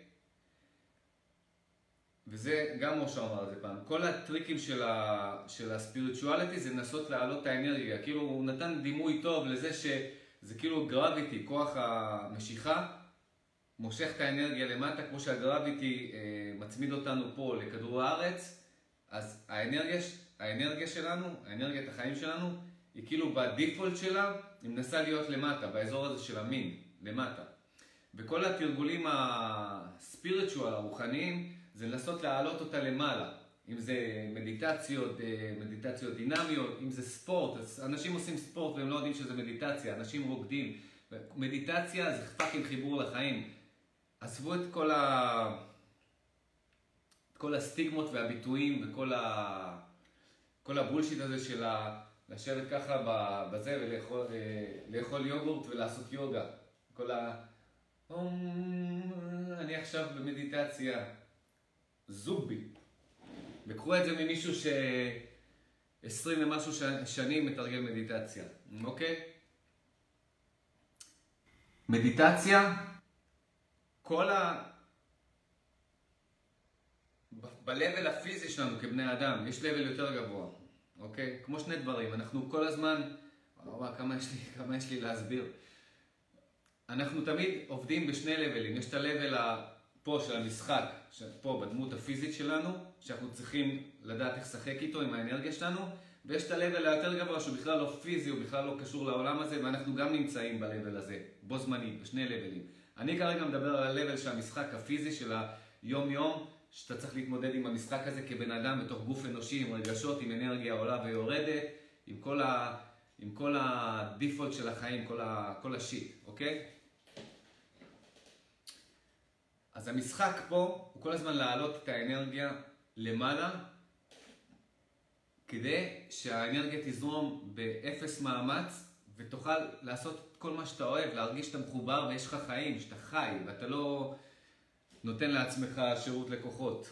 וזה גם משה אמר על זה פעם, כל הטריקים של, ה, של הספיריטואליטי זה לנסות להעלות את האנרגיה, כאילו הוא נתן דימוי טוב לזה שזה כאילו גרביטי, כוח המשיכה, מושך את האנרגיה למטה, כמו שהגרביטי אה, מצמיד אותנו פה לכדור הארץ, אז האנרגיה, האנרגיה שלנו, האנרגיית החיים שלנו, היא כאילו בדיפולט שלה, היא מנסה להיות למטה, באזור הזה של המין, למטה. וכל התרגולים הספיריטואל, הרוחניים, זה לנסות להעלות אותה למעלה. אם זה מדיטציות, מדיטציות דינמיות, אם זה ספורט, אז אנשים עושים ספורט והם לא יודעים שזה מדיטציה, אנשים רוקדים. מדיטציה זה פאקינג חיבור לחיים. עזבו את כל ה... את כל הסטיגמות והביטויים וכל ה... כל הבולשיט הזה של ה... לשבת ככה בזה ולאכול לאכול יוגורט ולעשות יוגה. כל ה... אני עכשיו במדיטציה. זובי. וקחו את זה ממישהו ש-עשרים ומשהו שנים מתרגל מדיטציה. אוקיי? מדיטציה, כל ה... ב-level הפיזי שלנו כבני אדם, יש level יותר גבוה. אוקיי? כמו שני דברים. אנחנו כל הזמן... וואו, כמה יש לי, כמה יש לי להסביר. אנחנו תמיד עובדים בשני לבלים. יש את הלבל פה של המשחק, פה בדמות הפיזית שלנו, שאנחנו צריכים לדעת איך לשחק איתו עם האנרגיה שלנו, ויש את הלבל היותר גבוה שהוא בכלל לא פיזי, הוא בכלל לא קשור לעולם הזה, ואנחנו גם נמצאים בלבל הזה, בו זמני, בשני לבלים. אני כרגע מדבר על הלבל של המשחק הפיזי של היום יום, שאתה צריך להתמודד עם המשחק הזה כבן אדם בתוך גוף אנושי, עם רגשות, עם אנרגיה עולה ויורדת, עם כל, ה... עם כל הדיפולט של החיים, כל, ה... כל השיט, אוקיי? אז המשחק פה הוא כל הזמן להעלות את האנרגיה למעלה, כדי שהאנרגיה תזרום באפס מאמץ, ותוכל לעשות כל מה שאתה אוהב, להרגיש שאתה מחובר ויש לך חיים, שאתה חי, ואתה לא נותן לעצמך שירות לקוחות.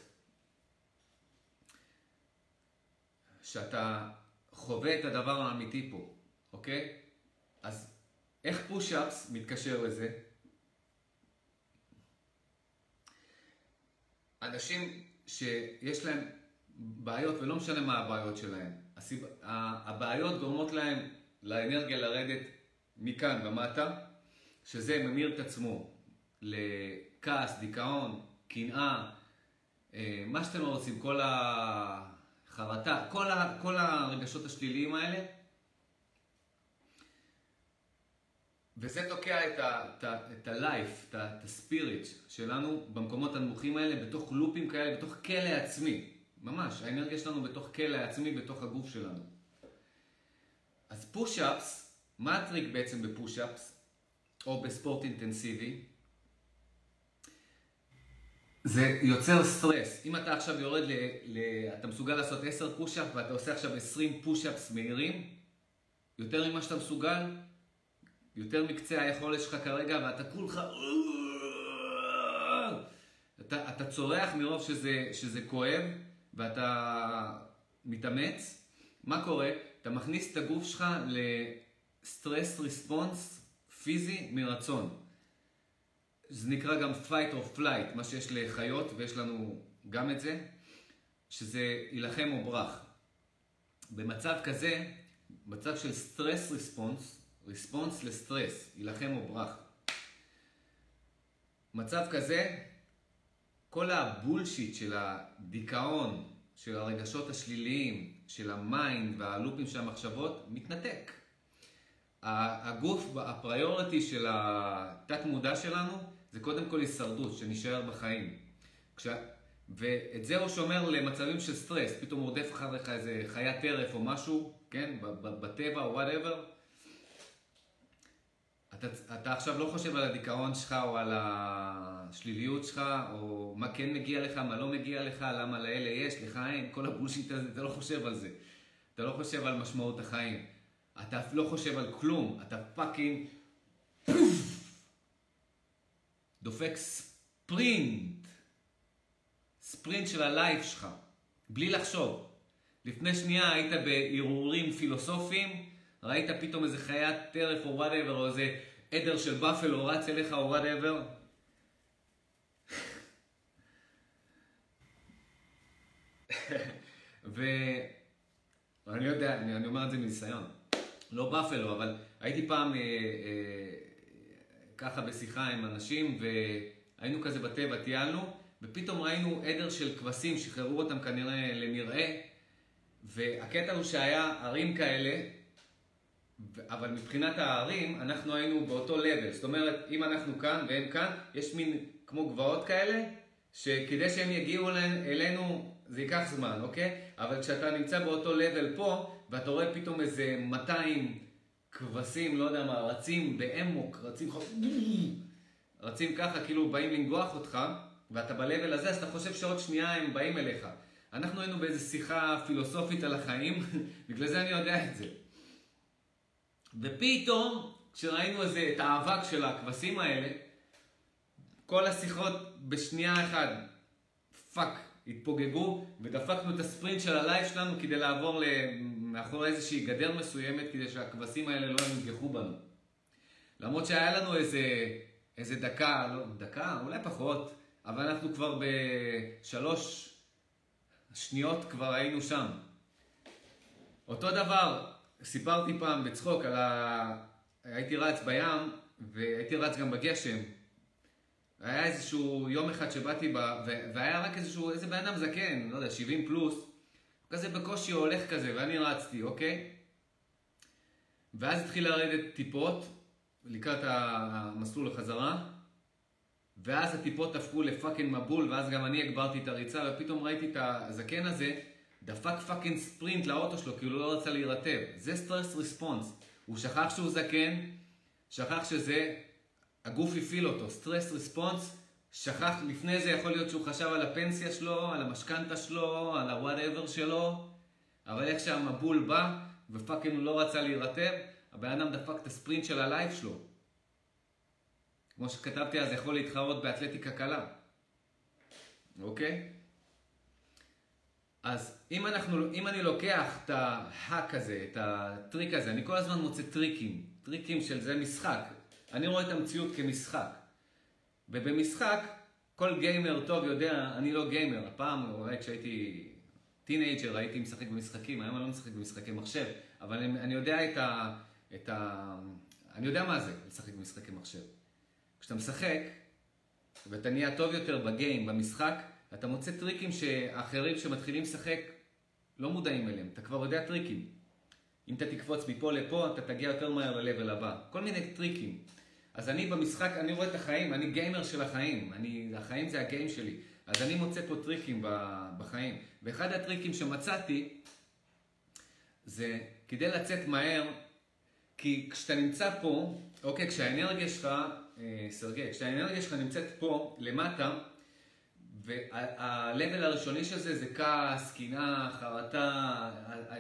שאתה חווה את הדבר האמיתי פה, אוקיי? אז איך פוש-אפס מתקשר לזה? אנשים שיש להם בעיות, ולא משנה מה הבעיות שלהם, הבעיות גורמות להם לאנרגיה לרדת מכאן ומטה, שזה ממיר את עצמו לכעס, דיכאון, קנאה, מה שאתם לא רוצים, כל החרטה, כל, ה, כל הרגשות השליליים האלה, וזה תוקע את ה- את ה- את ה-life, את ה- את הספיריט שלנו במקומות הנמוכים האלה, בתוך לופים כאלה, בתוך כלא עצמי. ממש, האנרגיה שלנו בתוך כלא עצמי, בתוך הגוף שלנו. אז פוש-אפס, מה הטריק בעצם בפוש-אפס, או בספורט אינטנסיבי? זה יוצר סטרס. אם אתה עכשיו יורד, ל, ל, אתה מסוגל לעשות עשר פוש-אפ ואתה עושה עכשיו עשרים פוש-אפס מהירים, יותר ממה שאתה מסוגל, יותר מקצה היכולת שלך כרגע, ואתה כולך... אתה, אתה צורח מרוב שזה, שזה כואב, ואתה מתאמץ. מה קורה? אתה מכניס את הגוף שלך לסטרס ריספונס פיזי מרצון. זה נקרא גם fight or flight, מה שיש לחיות, ויש לנו גם את זה, שזה ילחם או ברח. במצב כזה, מצב של סטרס ריספונס, ריספונס לסטרס, ילחם או ברח. מצב כזה, כל הבולשיט של הדיכאון, של הרגשות השליליים, של המיינד והלופים של המחשבות, מתנתק. הגוף, הפריוריטי של התת מודע שלנו, זה קודם כל הישרדות, שנשאר בחיים. כש... ואת זה הוא שומר למצבים של סטרס, פתאום רודף אחריך איזה חיית טרף או משהו, כן, בטבע או whatever. אתה, אתה עכשיו לא חושב על הדיכאון שלך או על השליליות שלך, או מה כן מגיע לך, מה לא מגיע לך, למה לאלה יש, לך אין, כל הבולשיט הזה, אתה לא חושב על זה. אתה לא חושב על משמעות החיים. אתה לא חושב על כלום, אתה פאקינג דופק ספרינט, ספרינט של הלייף שלך, בלי לחשוב. לפני שנייה היית בהרהורים פילוסופיים, ראית פתאום איזה חיית טרף או whatever, או איזה עדר של באפלו רץ אליך או whatever. ואני יודע, אני, אני אומר את זה מניסיון. לא באפלו, אבל הייתי פעם אה, אה, ככה בשיחה עם אנשים, והיינו כזה בטבע, טיילנו, ופתאום ראינו עדר של כבשים, שחררו אותם כנראה למרעה, והקטע הוא שהיה ערים כאלה, אבל מבחינת הערים, אנחנו היינו באותו לבל. זאת אומרת, אם אנחנו כאן והם כאן, יש מין כמו גבעות כאלה, שכדי שהם יגיעו אלינו, זה ייקח זמן, אוקיי? אבל כשאתה נמצא באותו לבל פה, ואתה רואה פתאום איזה מאתיים כבשים, לא יודע מה, רצים באמוק, רצים רצים ככה, כאילו באים לנגוח אותך, ואתה בלבל הזה, אז אתה חושב שעוד שנייה הם באים אליך. אנחנו היינו באיזו שיחה פילוסופית על החיים, בגלל זה אני יודע את זה. ופתאום, כשראינו איזה, את האבק של הכבשים האלה, כל השיחות בשנייה אחת, פאק, התפוגגו, ודפקנו את הספרינט של הלייב שלנו כדי לעבור מאחורי איזושהי גדר מסוימת, כדי שהכבשים האלה לא ינגחו בנו. למרות שהיה לנו איזה, איזה דקה, לא, דקה, אולי פחות, אבל אנחנו כבר בשלוש שניות כבר היינו שם. אותו דבר, סיפרתי פעם בצחוק על ה... הייתי רץ בים, והייתי רץ גם בגשם. היה איזשהו יום אחד שבאתי בה, והיה רק איזשהו, איזה בן אדם זקן, לא יודע, שבעים פלוס, כזה בקושי הולך כזה, ואני רצתי, אוקיי? ואז התחיל לרדת טיפות, לקראת המסלול לחזרה, ואז הטיפות הפכו לפאקינג מבול, ואז גם אני הגברתי את הריצה, ופתאום ראיתי את הזקן הזה, דפק פאקינג ספרינט לאוטו שלו, כי הוא לא רצה להירטב. זה סטרס ריספונס. הוא שכח שהוא זקן, שכח שזה, הגוף הפעיל אותו, סטרס ריספונס, שכח, לפני זה יכול להיות שהוא חשב על הפנסיה שלו, על המשכנתה שלו, על ה-whatever שלו, אבל איך שהמבול בא, ופאקינג הוא לא רצה להירטב, הבן אדם דפק את הספרינט של הלייב שלו. כמו שכתבתי אז, יכול להתחרות באתלטיקה קלה. אוקיי? אז אם, אנחנו, אם אני לוקח את ההק הזה, את הטריק הזה, אני כל הזמן מוצא טריקים. טריקים של זה משחק. אני רואה את המציאות כמשחק. ובמשחק, כל גיימר טוב יודע, אני לא גיימר. הפעם, אולי כשהייתי טינאג'ר, הייתי משחק במשחקים, היום אני לא משחק במשחקי מחשב, אבל אני, אני יודע את ה, את ה... אני יודע מה זה לשחק במשחקי מחשב. כשאתה משחק, ואתה נהיה טוב יותר בגיים, במשחק, אתה מוצא טריקים שאחרים שמתחילים לשחק לא מודעים אליהם. אתה כבר יודע טריקים. אם אתה תקפוץ מפה לפה, אתה תגיע יותר מהר ל-level הבא. כל מיני טריקים. אז אני במשחק, אני רואה את החיים, אני גיימר של החיים. אני, החיים זה הגיים שלי. אז אני מוצא פה טריקים בחיים. ואחד הטריקים שמצאתי, זה כדי לצאת מהר, כי כשאתה נמצא פה, אוקיי, כשהאנרגיה שלך, אה, סרגי, כשהאנרגיה שלך נמצאת פה, למטה, והלבל הראשוני של זה, זה כעס, קנאה, חרטה, אה, אה,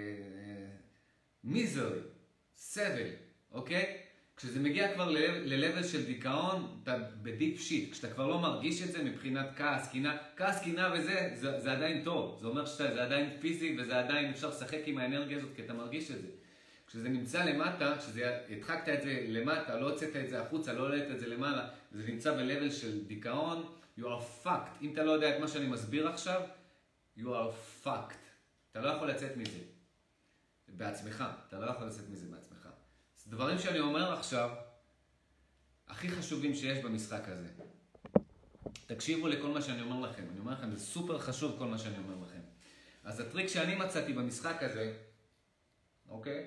מיזרי, סבל, אוקיי? כשזה מגיע כבר ל-level של דיכאון, אתה בדיפ שיט. כשאתה כבר לא מרגיש את זה מבחינת כעס, קנאה, כעס, קנאה וזה, זה, זה עדיין טוב. זה אומר שזה עדיין פיזי וזה עדיין אפשר לשחק עם האנרגיה הזאת כי אתה מרגיש את זה. כשזה נמצא למטה, כשהדחקת את זה למטה, לא הוצאת את זה החוצה, לא עולת את זה למעלה, וזה נמצא ב-level של דיכאון, you are fucked. אם אתה לא יודע את מה שאני מסביר עכשיו, you are fucked. אתה לא יכול לצאת מזה בעצמך. אתה לא יכול לצאת מזה בעצמך. דברים שאני אומר עכשיו, הכי חשובים שיש במשחק הזה. תקשיבו לכל מה שאני אומר לכם. אני אומר לכם, זה סופר חשוב כל מה שאני אומר לכם. אז הטריק שאני מצאתי במשחק הזה, אוקיי?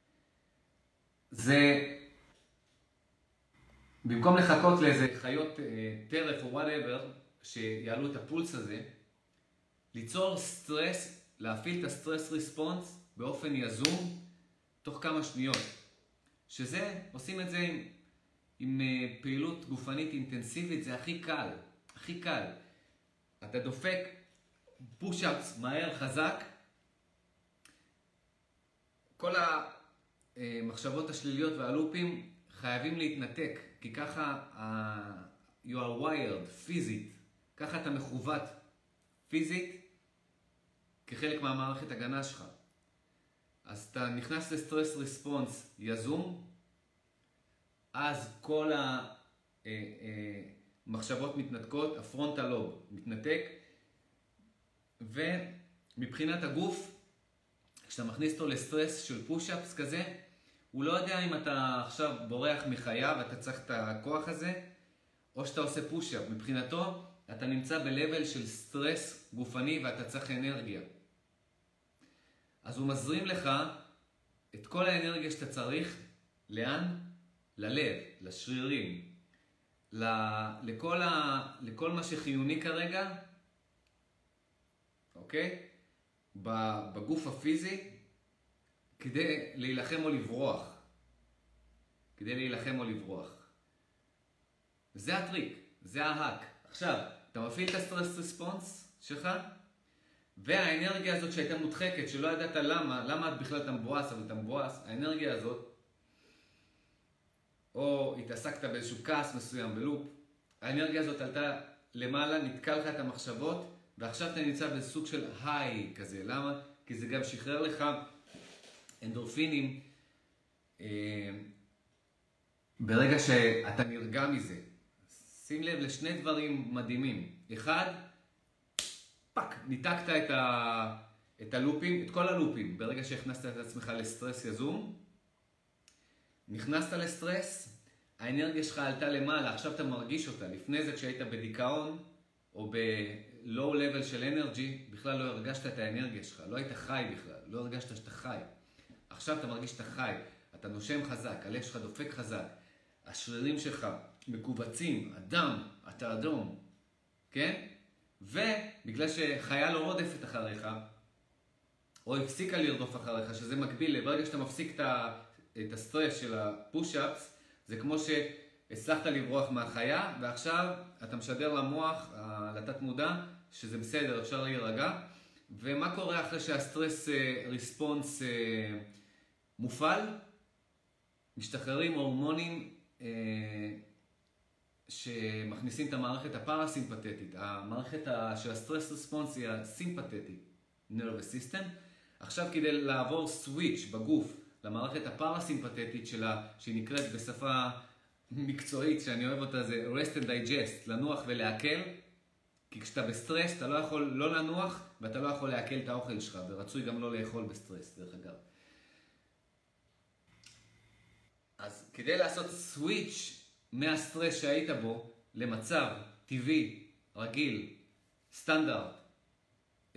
זה, במקום לחכות לאיזה חיות אה, טרף או whatever, שיעלו את הפולס הזה, ליצור סטרס, להפעיל את הסטרס ריספונס באופן יזום, תוך כמה שניות. שזה, עושים את זה עם, עם uh, פעילות גופנית אינטנסיבית, זה הכי קל, הכי קל. אתה דופק פוש-אפס מהר, חזק, כל המחשבות השליליות והלופים חייבים להתנתק, כי ככה uh, you are wired, פיזית, ככה אתה מכוות פיזית כחלק מהמערכת הגנה שלך. אז אתה נכנס לסטרס ריספונס יזום, אז כל המחשבות מתנתקות, הפרונטל לוב מתנתק, ומבחינת הגוף, כשאתה מכניס אותו לסטרס של פוש-אפס כזה, הוא לא יודע אם אתה עכשיו בורח מחיה ואתה צריך את הכוח הזה, או שאתה עושה פוש-אפ. מבחינתו, אתה נמצא ב-level של סטרס גופני ואתה צריך אנרגיה. אז הוא מזרים לך את כל האנרגיה שאתה צריך, לאן? ללב, לשרירים, לכל, ה... לכל מה שחיוני כרגע, אוקיי? בגוף הפיזי, כדי להילחם או לברוח. כדי להילחם או לברוח. זה הטריק, זה ההק. עכשיו, אתה מפעיל את הסטרס ריספונס שלך, והאנרגיה הזאת שהייתה מודחקת, שלא ידעת למה, למה את בכלל אתה מבואס, אבל אתה מבואס, האנרגיה הזאת, או התעסקת באיזשהו כעס מסוים בלופ, האנרגיה הזאת עלתה למעלה, נתקע לך את המחשבות, ועכשיו אתה נמצא בסוג של היי כזה. למה? כי זה גם שחרר לך אנדורפינים אה, ברגע שאתה נרגע מזה. שים לב לשני דברים מדהימים. אחד, פק, ניתקת את, ה, את הלופים, את כל הלופים. ברגע שהכנסת את עצמך לסטרס יזום, נכנסת לסטרס, האנרגיה שלך עלתה למעלה, עכשיו אתה מרגיש אותה. לפני זה כשהיית בדיכאון או ב-low level של אנרגי, בכלל לא הרגשת את האנרגיה שלך, לא היית חי בכלל, לא הרגשת שאתה חי. עכשיו אתה מרגיש שאתה חי, אתה נושם חזק, הלב שלך דופק חזק, השרירים שלך מקובצים, הדם, אתה אדום, כן? ובגלל שחיה לא רודפת אחריך, או הפסיקה לרדוף אחריך, שזה מקביל, ברגע שאתה מפסיק את, ה, את הסטרס של הפוש-אפס, זה כמו שהצלחת לברוח מהחיה, ועכשיו אתה משדר למוח, לתת מודע, שזה בסדר, אפשר להירגע. ומה קורה אחרי שהסטרס ריספונס מופעל? משתחררים הורמונים שמכניסים את המערכת הפרסימפתטית. המערכת של הסטרס ריספונס היא הסימפתטית, nervous system. עכשיו כדי לעבור סוויץ' בגוף למערכת הפרסימפתטית שלה, שהיא נקראת בשפה מקצועית שאני אוהב אותה, זה rest and digest, לנוח ולהקל. כי כשאתה בסטרס אתה לא יכול לא לנוח ואתה לא יכול להקל את האוכל שלך, ורצוי גם לא לאכול בסטרס דרך אגב. אז כדי לעשות סוויץ' מהסטרס שהיית בו למצב טבעי, רגיל, סטנדרט,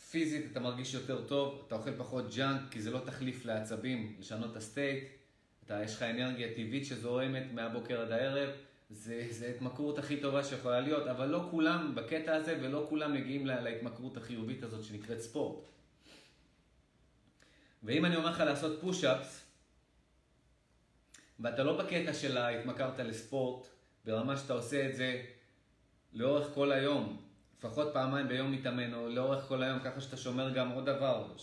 פיזית אתה מרגיש יותר טוב, אתה אוכל פחות ג'אנק, כי זה לא תחליף לעצבים, לשנות את הסטייט. אתה, יש לך אנרגיה טבעית שזורמת מהבוקר עד הערב. זה, זה ההתמכרות הכי טובה שיכולה להיות, אבל לא כולם בקטע הזה, ולא כולם מגיעים לה, להתמכרות החיובית הזאת שנקראת ספורט. ואם אני אומר לך לעשות פוש-אפס, ואתה לא בקטע של התמכרת לספורט, ברמה שאתה עושה את זה לאורך כל היום, לפחות פעמיים ביום מתאמן, או לאורך כל היום, ככה שאתה שומר גם עוד דבר,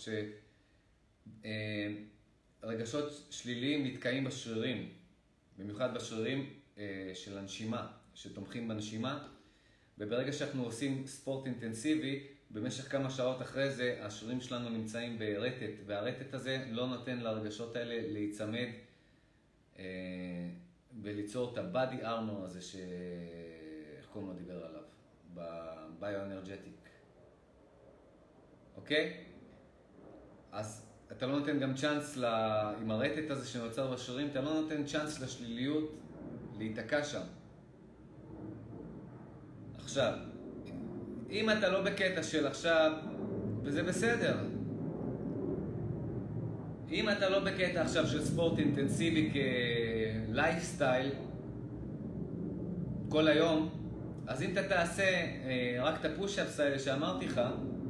שרגשות שליליים נתקעים בשרירים, במיוחד בשרירים של הנשימה, שתומכים בנשימה, וברגע שאנחנו עושים ספורט אינטנסיבי, במשך כמה שעות אחרי זה, השרירים שלנו נמצאים ברטט, והרטט הזה לא נותן לרגשות האלה להיצמד וליצור את ה-body armor הזה, ש... איך קוראים לו דיבר עליו? ב-Bioenergetic. אוקיי? אז אתה לא נותן גם צ'אנס ל... עם הרטט הזה שנוצר בשרירים, אתה לא נותן צ'אנס לשליליות להיתקע שם. עכשיו, אם אתה לא בקטע של עכשיו, וזה בסדר, אם אתה לא בקטע עכשיו של ספורט אינטנסיבי כלייפסטייל כל היום, אז אם אתה תעשה אה, רק את הפוש-אפס האלה שאמרתי לך,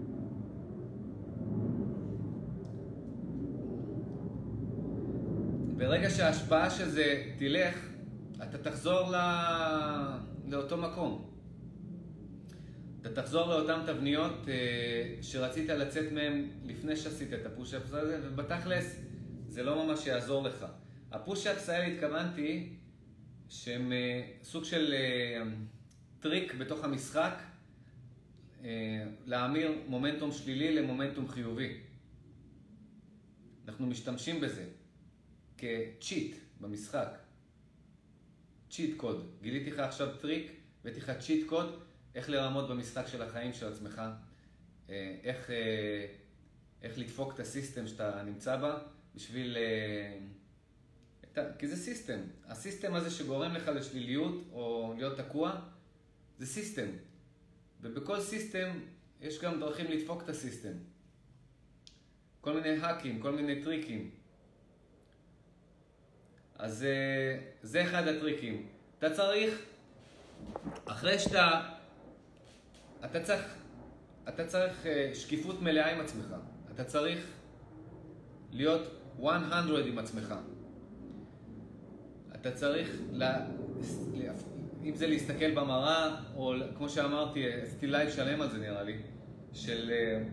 ברגע שההשפעה של זה תלך, אתה תחזור לא... לאותו מקום. אתה תחזור לאותן תבניות אה, שרצית לצאת מהן לפני שעשית את הפוש-אפס הזה, ובתכלס זה לא ממש יעזור לך. הפוש-אפס האלה התכוונתי שהם אה, סוג של אה, טריק בתוך המשחק, אה, להמיר מומנטום שלילי למומנטום חיובי. אנחנו משתמשים בזה כצ'יט במשחק. צ'יט קוד. גיליתי לך עכשיו טריק, הבאתי לך צ'יט קוד, איך לרמות במשחק של החיים של עצמך, איך, איך לדפוק את הסיסטם שאתה נמצא בה, בשביל... כי זה סיסטם. הסיסטם הזה שגורם לך לשליליות או להיות תקוע, זה סיסטם. ובכל סיסטם יש גם דרכים לדפוק את הסיסטם. כל מיני האקים, כל מיני טריקים. אז זה אחד הטריקים. אתה צריך, אחרי שאתה... אתה צריך, אתה צריך שקיפות מלאה עם עצמך. אתה צריך להיות מאה עם עצמך. אתה צריך, לה, אם זה להסתכל במראה, או כמו שאמרתי, עשיתי לייב שלם על זה נראה לי, של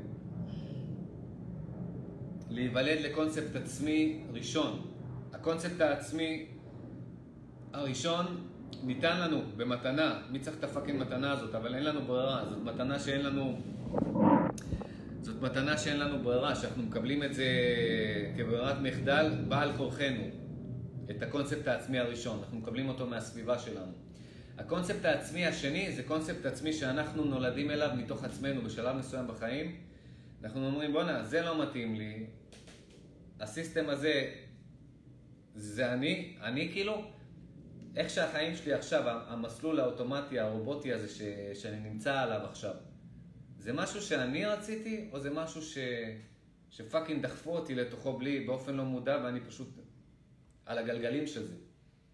להיוולד לקונספט עצמי ראשון. הקונספט העצמי הראשון ניתן לנו במתנה. מי צריך את הפאקינג מתנה הזאת? אבל אין לנו ברירה. זאת מתנה שאין לנו... זאת מתנה שאין לנו ברירה, שאנחנו מקבלים את זה כברירת מחדל, בעל כורחנו. את הקונספט העצמי הראשון. אנחנו מקבלים אותו מהסביבה שלנו. הקונספט העצמי השני זה קונספט עצמי שאנחנו נולדים אליו מתוך עצמנו בשלב מסוים בחיים. אנחנו אומרים, בונה, זה לא מתאים לי. הסיסטם הזה, זה אני, אני כאילו, איך שהחיים שלי עכשיו, המסלול האוטומטי, הרובוטי הזה ש, שאני נמצא עליו עכשיו, זה משהו שאני רציתי, או זה משהו ש, שפאקינג דחפו אותי לתוכו בלי, באופן לא מודע, ואני פשוט על הגלגלים של זה.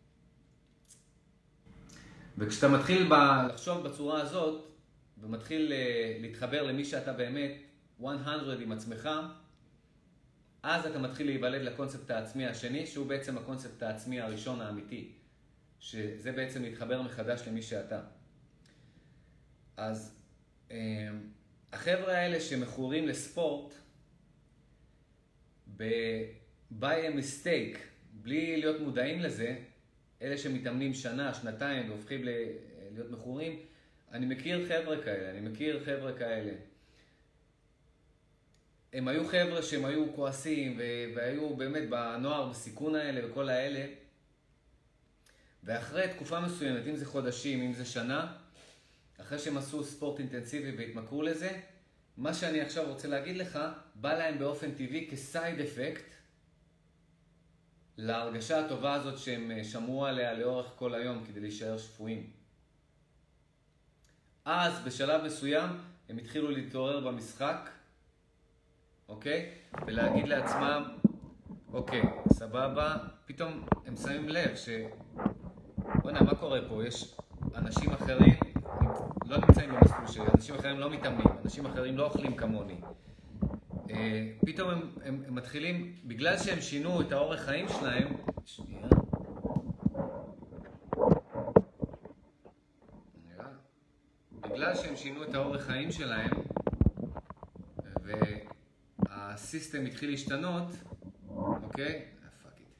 וכשאתה מתחיל ב, לחשוב בצורה הזאת, ומתחיל להתחבר למי שאתה באמת, מאה עם עצמך, אז אתה מתחיל להיוולד לקונספט העצמי השני, שהוא בעצם הקונספט העצמי הראשון האמיתי. שזה בעצם להתחבר מחדש למי שאתה. אז החבר'ה האלה שמכורים לספורט, by a mistake, בלי להיות מודעים לזה, אלה שמתאמנים שנה, שנתיים, והופכים להיות מכורים, אני מכיר חבר'ה כאלה, אני מכיר חבר'ה כאלה. הם היו חבר'ה שהם היו כועסים, והיו באמת בנוער, בסיכון האלה וכל האלה, ואחרי תקופה מסוימת, אם זה חודשים, אם זה שנה, אחרי שהם עשו ספורט אינטנסיבי והתמכרו לזה, מה שאני עכשיו רוצה להגיד לך, בא להם באופן טבעי כסייד אפקט, להרגשה הטובה הזאת שהם שמרו עליה לאורך כל היום כדי להישאר שפויים. אז בשלב מסוים הם התחילו להתעורר במשחק, אוקיי? ולהגיד לעצמם, אוקיי, סבבה, פתאום הם שמים לב ש... בוא'נה, מה קורה פה? יש אנשים אחרים לא נמצאים במסלול שלי, אנשים אחרים לא מתאמנים, אנשים אחרים לא אוכלים כמוני. פתאום הם, הם, הם מתחילים, בגלל שהם שינו את האורח חיים שלהם, שנייה. בגלל שהם שינו את האורח חיים שלהם, והסיסטם התחיל להשתנות, אוקיי? פאק איט.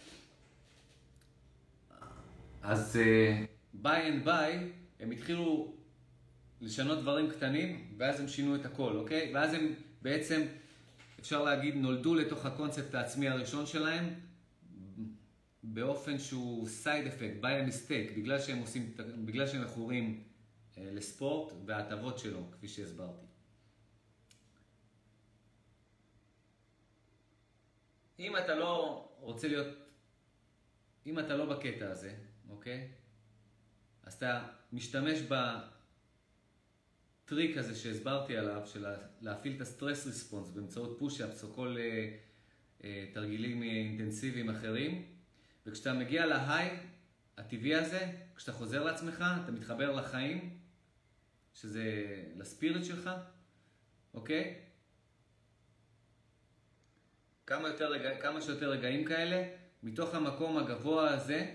אז uh, by and by, הם התחילו לשנות דברים קטנים, ואז הם שינו את הכל, אוקיי? ואז הם בעצם, אפשר להגיד, נולדו לתוך הקונספט העצמי הראשון שלהם, באופן שהוא side effect, by a mistake, בגלל שהם עושים, בגלל שהם מכורים אה, לספורט וההטבות שלו, כפי שהסברתי. אם אתה לא רוצה להיות, אם אתה לא בקטע הזה, אוקיי? אז אתה משתמש בטריק הזה שהסברתי עליו, של להפעיל את הסטרס ריספונס באמצעות פוש-אפס או כל אה, אה, תרגילים אינטנסיביים אחרים, וכשאתה מגיע להיי הטבעי הזה, כשאתה חוזר לעצמך, אתה מתחבר לחיים, שזה לספיריט שלך, אוקיי? כמה, יותר רגע, כמה שיותר רגעים כאלה, מתוך המקום הגבוה הזה,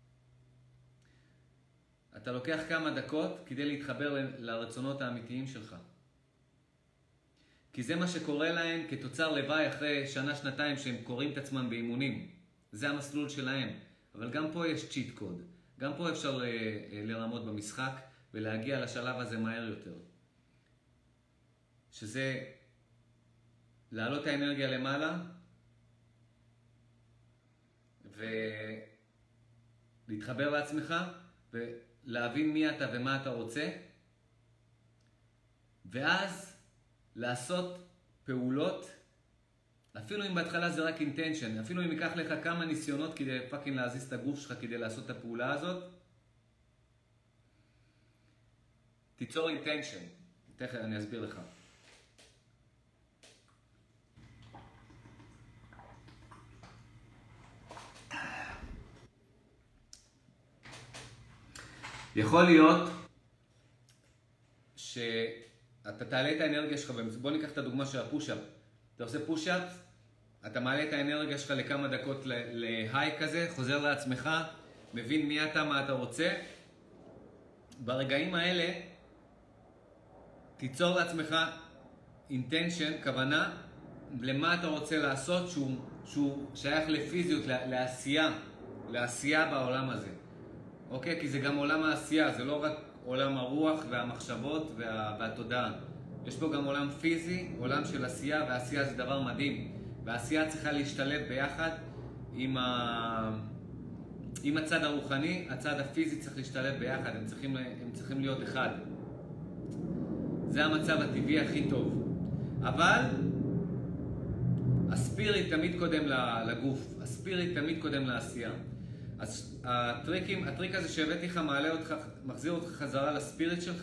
אתה לוקח כמה דקות כדי להתחבר ל- לרצונות האמיתיים שלך. כי זה מה שקורה להם כתוצר לוואי אחרי שנה, שנתיים שהם קוראים את עצמם באימונים. זה המסלול שלהם. אבל גם פה יש צ'יט קוד. גם פה אפשר ל- לרמות במשחק ולהגיע לשלב הזה מהר יותר. שזה להעלות את האנרגיה למעלה ולהתחבר לעצמך ולהבין מי אתה ומה אתה רוצה, ואז לעשות פעולות, אפילו אם בהתחלה זה רק אינטנשן, אפילו אם ייקח לך כמה ניסיונות כדי פאקינג להזיז את הגוף שלך כדי לעשות את הפעולה הזאת, תיצור אינטנשן. תכף אני אסביר לך. יכול להיות שאתה תעלה את האנרגיה שלך, בוא ניקח את הדוגמה של הפוש-אפ. אתה עושה פוש-אפ, אתה מעלה את האנרגיה שלך לכמה דקות להיי כזה, חוזר לעצמך, מבין מי אתה, מה אתה רוצה. ברגעים האלה, תיצור לעצמך intention, כוונה, למה אתה רוצה לעשות שהוא, שהוא שייך לפיזיות, לעשייה, לעשייה בעולם הזה. אוקיי? כי זה גם עולם העשייה, זה לא רק עולם הרוח והמחשבות וה, והתודעה. יש פה גם עולם פיזי, עולם של עשייה, והעשייה זה דבר מדהים. והעשייה צריכה להשתלב ביחד עם, ה... עם הצד הרוחני, הצד הפיזי צריך להשתלב ביחד, הם צריכים, הם צריכים להיות אחד. זה המצב הטבעי הכי טוב. אבל הספיריט תמיד קודם לגוף, הספיריט תמיד קודם לעשייה. אז הטריקים, הטריק הזה שהבאתי לך מעלה אותך, מחזיר אותך חזרה לספיריט שלך,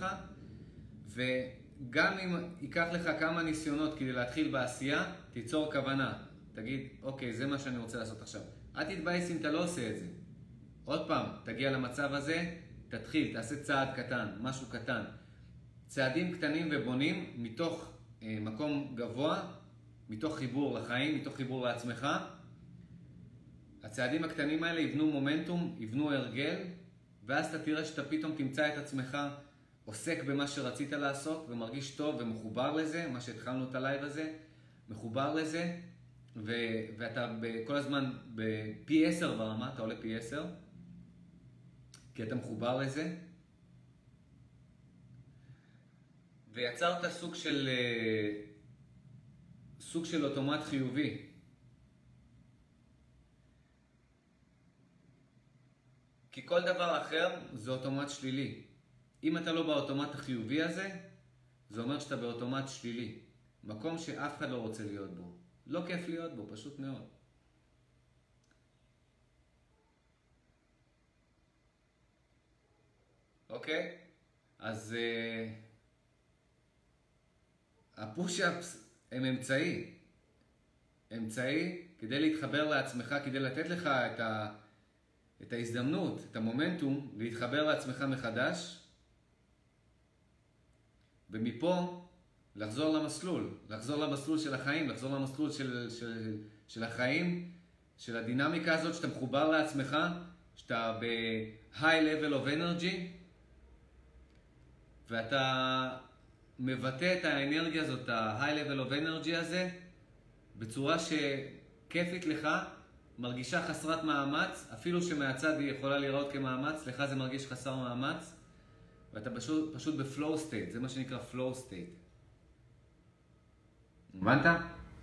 וגם אם ייקח לך כמה ניסיונות כדי להתחיל בעשייה, תיצור כוונה. תגיד, אוקיי, זה מה שאני רוצה לעשות עכשיו. אל תתבייס אם אתה לא עושה את זה. עוד פעם, תגיע למצב הזה, תתחיל, תעשה צעד קטן, משהו קטן. צעדים קטנים ובונים מתוך אה, מקום גבוה, מתוך חיבור לחיים, מתוך חיבור לעצמך. הצעדים הקטנים האלה יבנו מומנטום, יבנו הרגל, ואז אתה תראה שאתה פתאום תמצא את עצמך עוסק במה שרצית לעסוק, ומרגיש טוב ומחובר לזה, מה שהתחלנו את הלייב הזה, מחובר לזה, ו- ואתה כל הזמן בפי עשר ברמה, אתה עולה פי עשר, כי אתה מחובר לזה, ויצרת סוג של, סוג של אוטומט חיובי. כי כל דבר אחר זה אוטומט שלילי. אם אתה לא באוטומט החיובי הזה, זה אומר שאתה באוטומט שלילי. מקום שאף אחד לא רוצה להיות בו. לא כיף להיות בו, פשוט מאוד. אוקיי? אז uh, הפוש-אפס הם אמצעי. אמצעי כדי להתחבר לעצמך, כדי לתת לך את, ה, את ההזדמנות, את המומנטום, להתחבר לעצמך מחדש, ומפה לחזור למסלול, לחזור למסלול של החיים, לחזור למסלול של, של, של החיים, של הדינמיקה הזאת, שאתה מחובר לעצמך, שאתה ב-high level of energy, ואתה מבטא את האנרגיה הזאת, ה-high level of energy הזה, בצורה שכיפית לך, מרגישה חסרת מאמץ, אפילו שמהצד היא יכולה להיראות כמאמץ, לך זה מרגיש חסר מאמץ, ואתה פשוט, פשוט ב-flow state, זה מה שנקרא flow state. הבנת?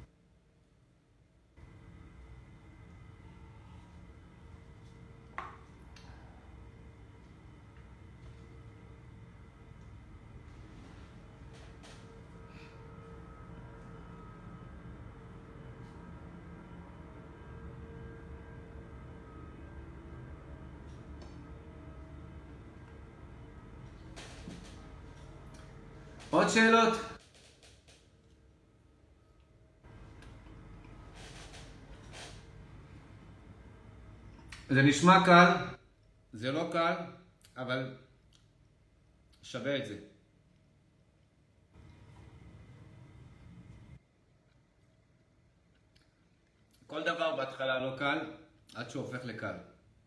עוד שאלות? זה נשמע קל, זה לא קל, אבל שווה את זה. כל דבר בהתחלה לא קל, עד שהוא הופך לקל.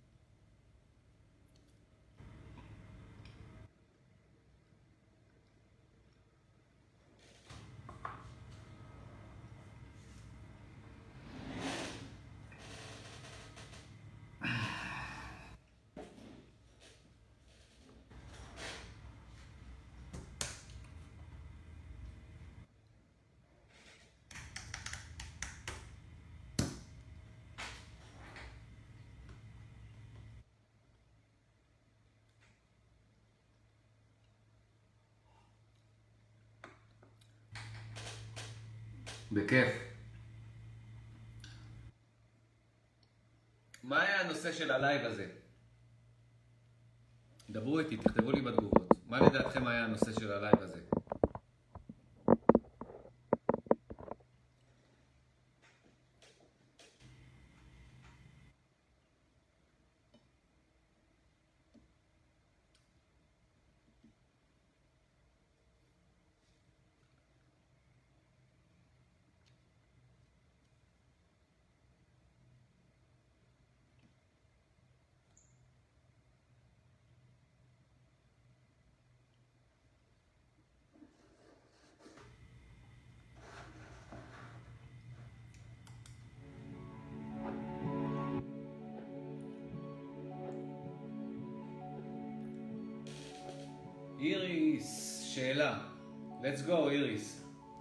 בכיף. מה היה הנושא של הלייב הזה? דברו איתי, תכתבו לי בתגובות. מה לדעתכם היה הנושא של הלייב הזה? איריס, שאלה. Let's go, איריס.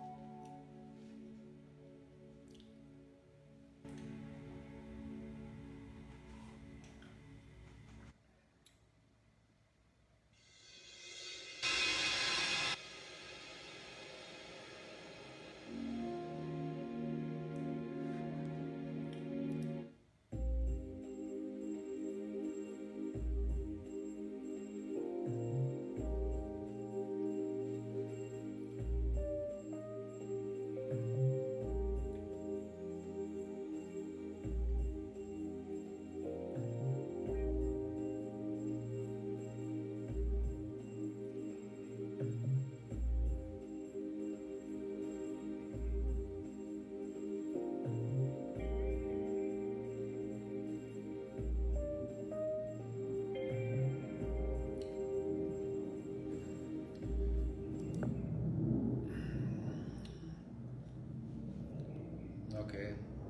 אוקיי.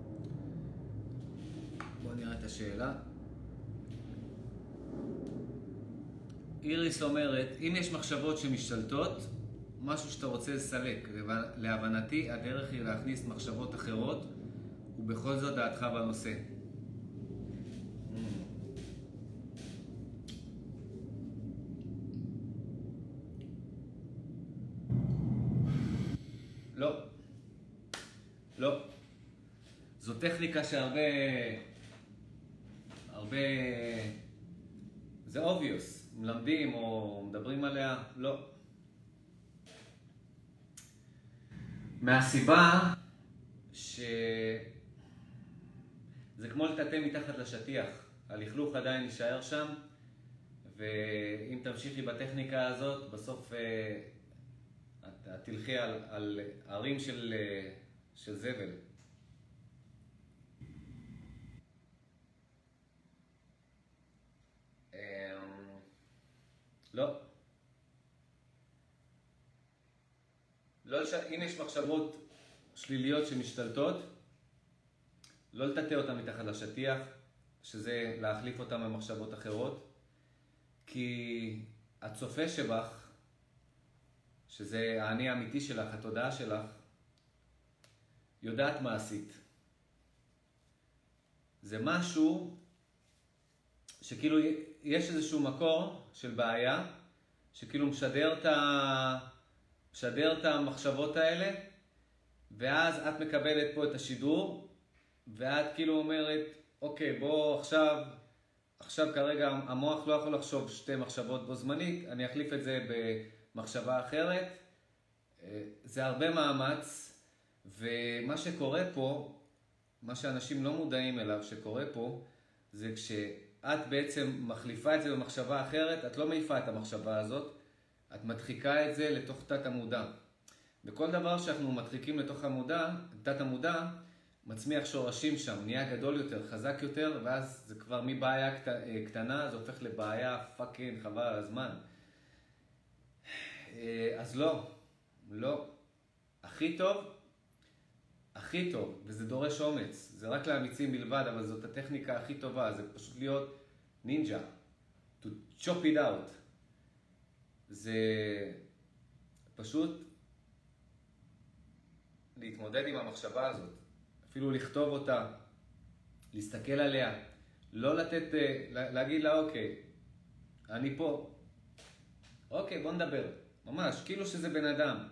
בואו נראה את השאלה. איריס אומרת, אם יש מחשבות שמשתלטות, משהו שאתה רוצה לסלק. להבנתי, הדרך היא להכניס מחשבות אחרות, ובכל זאת דעתך בנושא. לא. לא. זו טכניקה שהרבה... הרבה... זה obvious. מלמדים או מדברים עליה? לא. מהסיבה ש... זה כמו לטאטא מתחת לשטיח. הלכלוך עדיין יישאר שם, ואם תמשיכי בטכניקה הזאת, בסוף אה, את, את תלכי על, על ערים של, אה, של זבל. אה, לא. לא לש... אם יש מחשבות שליליות שמשתלטות, לא לטאטא אותן מתחת לשטיח, שזה להחליף אותן במחשבות אחרות, כי הצופה שבך, שזה האני האמיתי שלך, התודעה שלך, יודעת מה עשית. זה משהו שכאילו יש איזשהו מקור של בעיה, שכאילו משדר את ה... משדר את המחשבות האלה, ואז את מקבלת פה את השידור, ואת כאילו אומרת, אוקיי, בוא עכשיו, עכשיו כרגע המוח לא יכול לחשוב שתי מחשבות בו זמנית, אני אחליף את זה במחשבה אחרת. זה הרבה מאמץ, ומה שקורה פה, מה שאנשים לא מודעים אליו שקורה פה, זה כשאת בעצם מחליפה את זה במחשבה אחרת, את לא מעיפה את המחשבה הזאת, את מדחיקה את זה לתוך תת המודע. וכל דבר שאנחנו מדחיקים לתוך המודע, תת המודע, מצמיח שורשים שם, נהיה גדול יותר, חזק יותר, ואז זה כבר מבעיה קט... קטנה, זה הופך לבעיה פאקינג חבל על הזמן. אז לא, לא. הכי טוב, הכי טוב, וזה דורש אומץ, זה רק לאמיצים בלבד, אבל זאת הטכניקה הכי טובה, זה פשוט להיות נינג'ה, to chop it out. זה פשוט להתמודד עם המחשבה הזאת, אפילו לכתוב אותה, להסתכל עליה, לא לתת, להגיד לה אוקיי, אני פה, אוקיי בוא נדבר, ממש, כאילו שזה בן אדם.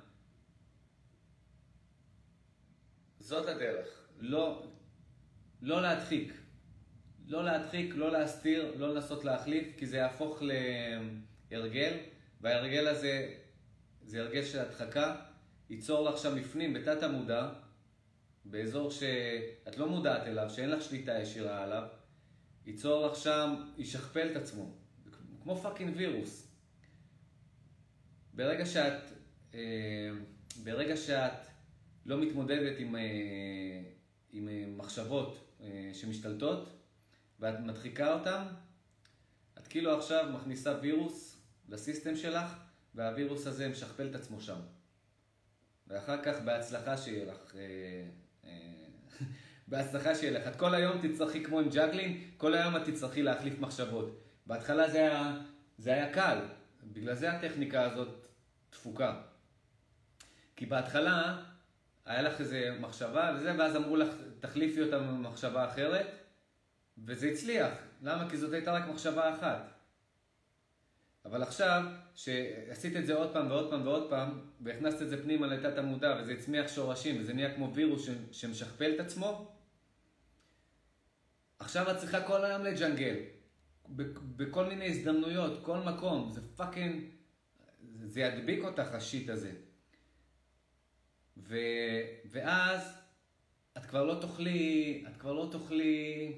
זאת הדרך, לא, לא להדחיק, לא להדחיק, לא להסתיר, לא לנסות להחליף, כי זה יהפוך להרגל, וההרגל הזה, זה הרגל של הדחקה, ייצור לך שם בפנים, בתת המודע, באזור שאת לא מודעת אליו, שאין לך שליטה ישירה עליו, ייצור לך שם, ישכפל את עצמו, כמו פאקינג וירוס. ברגע שאת, ברגע שאת לא מתמודדת עם, עם מחשבות שמשתלטות, ואת מדחיקה אותן, את כאילו עכשיו מכניסה וירוס לסיסטם שלך, והווירוס הזה משכפל את עצמו שם. ואחר כך בהצלחה שיהיה לך, בהצלחה שיהיה לך. את כל היום תצטרכי כמו עם ג'אגלין, כל היום את תצטרכי להחליף מחשבות. בהתחלה זה היה, זה היה קל, בגלל זה הטכניקה הזאת תפוקה. כי בהתחלה היה לך איזה מחשבה וזה, ואז אמרו לך תחליפי אותה במחשבה אחרת, וזה הצליח. למה? כי זאת הייתה רק מחשבה אחת. אבל עכשיו, שעשית את זה עוד פעם ועוד פעם ועוד פעם, והכנסת את זה פנימה לתת המודע, וזה הצמיח שורשים, וזה נהיה כמו וירוס שמשכפל את עצמו, עכשיו את צריכה כל היום לג'נגל, בכל מיני הזדמנויות, כל מקום, זה פאקינג, זה ידביק אותך השיט הזה. ו... ואז את כבר לא תוכלי, את כבר לא תוכלי,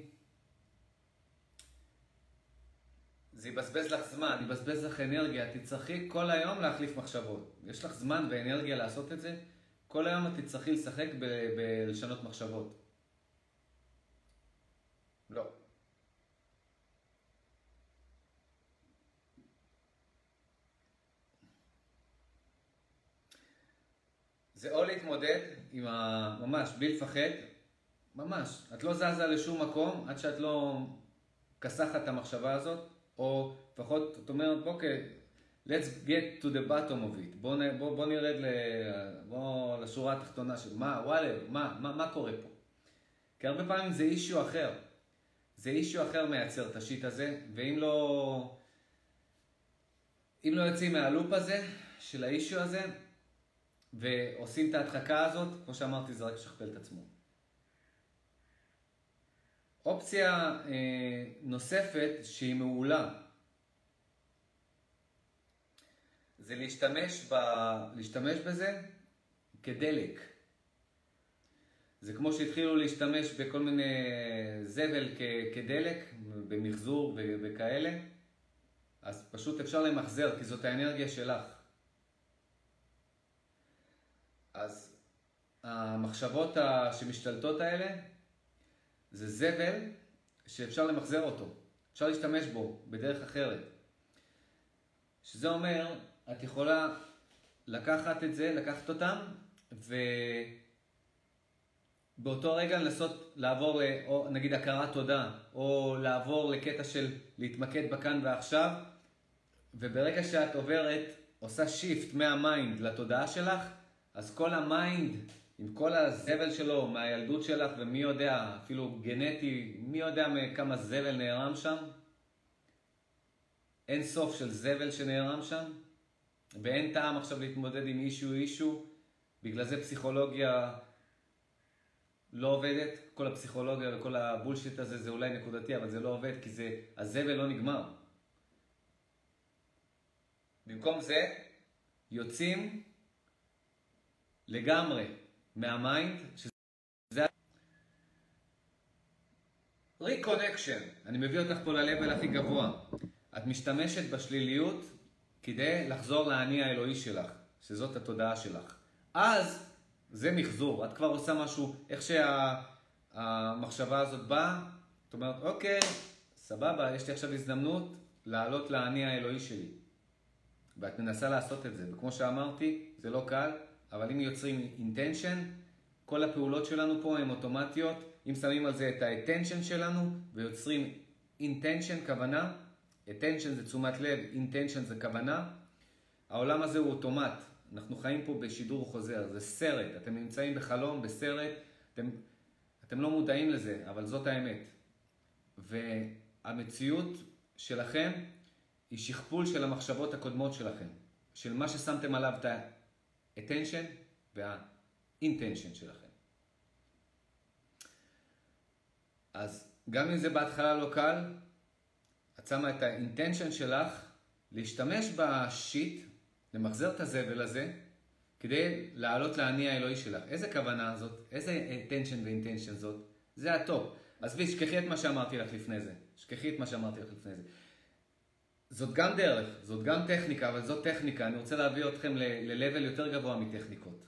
זה יבזבז לך זמן, יבזבז לך אנרגיה, תצטרכי כל היום להחליף מחשבות. יש לך זמן ואנרגיה לעשות את זה, כל היום את תצטרכי לשחק ב- בלשנות מחשבות. לא. זה או להתמודד עם ה... ממש, בלי לפחד, ממש. את לא זזה לשום מקום עד שאת לא כסחת את המחשבה הזאת, או לפחות, את אומרת, אוקיי, let's get to the bottom of it. בוא, בוא, בוא נרד ל... בוא לשורה התחתונה של מה, וואלה, מה, מה, מה קורה פה? כי הרבה פעמים זה אישיו אחר. זה אישיו אחר מייצר את השיט הזה, ואם לא... אם לא יוצאים מהלופ הזה, של האישיו הזה, ועושים את ההדחקה הזאת, כמו שאמרתי, זה רק שכפל את עצמו. אופציה אה, נוספת שהיא מעולה, זה להשתמש, ב, להשתמש בזה כדלק. זה כמו שהתחילו להשתמש בכל מיני זבל כ- כדלק, במחזור ו- וכאלה, אז פשוט אפשר למחזר, כי זאת האנרגיה שלך. אז המחשבות שמשתלטות האלה, זה זבל שאפשר למחזר אותו. אפשר להשתמש בו בדרך אחרת. שזה אומר, את יכולה לקחת את זה, לקחת אותם, ובאותו רגע לנסות לעבור, או נגיד הכרת תודה, או לעבור לקטע של להתמקד בכאן ועכשיו, וברגע שאת עוברת, עושה שיפט מהמיינד לתודעה שלך, אז כל המיינד, עם כל הזבל שלו, מהילדות שלך, ומי יודע, אפילו גנטי, מי יודע כמה זבל נערם שם, אין סוף של זבל שנערם שם, ואין טעם עכשיו להתמודד עם אישו אישו, בגלל זה פסיכולוגיה לא עובדת, כל הפסיכולוגיה וכל הבולשיט הזה זה אולי נקודתי, אבל זה לא עובד, כי זה, הזבל לא נגמר. במקום זה, יוצאים לגמרי מהמיינד, שזה ריקונקשן. אני מביא אותך פה ללבל הכי גבוה. את משתמשת בשליליות כדי לחזור לעני האלוהי שלך, שזאת התודעה שלך. אז זה מחזור, את כבר עושה משהו, איך שהמחשבה הזאת באה, את אומרת, אוקיי, סבבה, יש לי עכשיו הזדמנות לעלות לעני האלוהי שלי. ואת מנסה לעשות את זה, וכמו שאמרתי, זה לא קל, אבל אם יוצרים אינטנשן, כל הפעולות שלנו פה הן אוטומטיות, אם שמים על זה את האטנשן שלנו, ויוצרים אינטנשן, כוונה, attention זה תשומת לב, intention זה כוונה. העולם הזה הוא אוטומט. אנחנו חיים פה בשידור חוזר. זה סרט. אתם נמצאים בחלום, בסרט. אתם, אתם לא מודעים לזה, אבל זאת האמת. והמציאות שלכם היא שכפול של המחשבות הקודמות שלכם. של מה ששמתם עליו את ה-attention וה-intention שלכם. אז גם אם זה בהתחלה לא קל, את שמה את האינטנשן שלך להשתמש בשיט, למחזר את הזבל הזה, כדי לעלות לעני האלוהי שלך. איזה כוונה זאת? איזה אינטנשן ואינטנשן זאת? זה הטופ. עזבי, שכחי את מה שאמרתי לך לפני זה. שכחי את מה שאמרתי לך לפני זה. זאת גם דרך, זאת גם טכניקה, אבל זאת טכניקה. אני רוצה להביא אתכם ל-level יותר גבוה מטכניקות.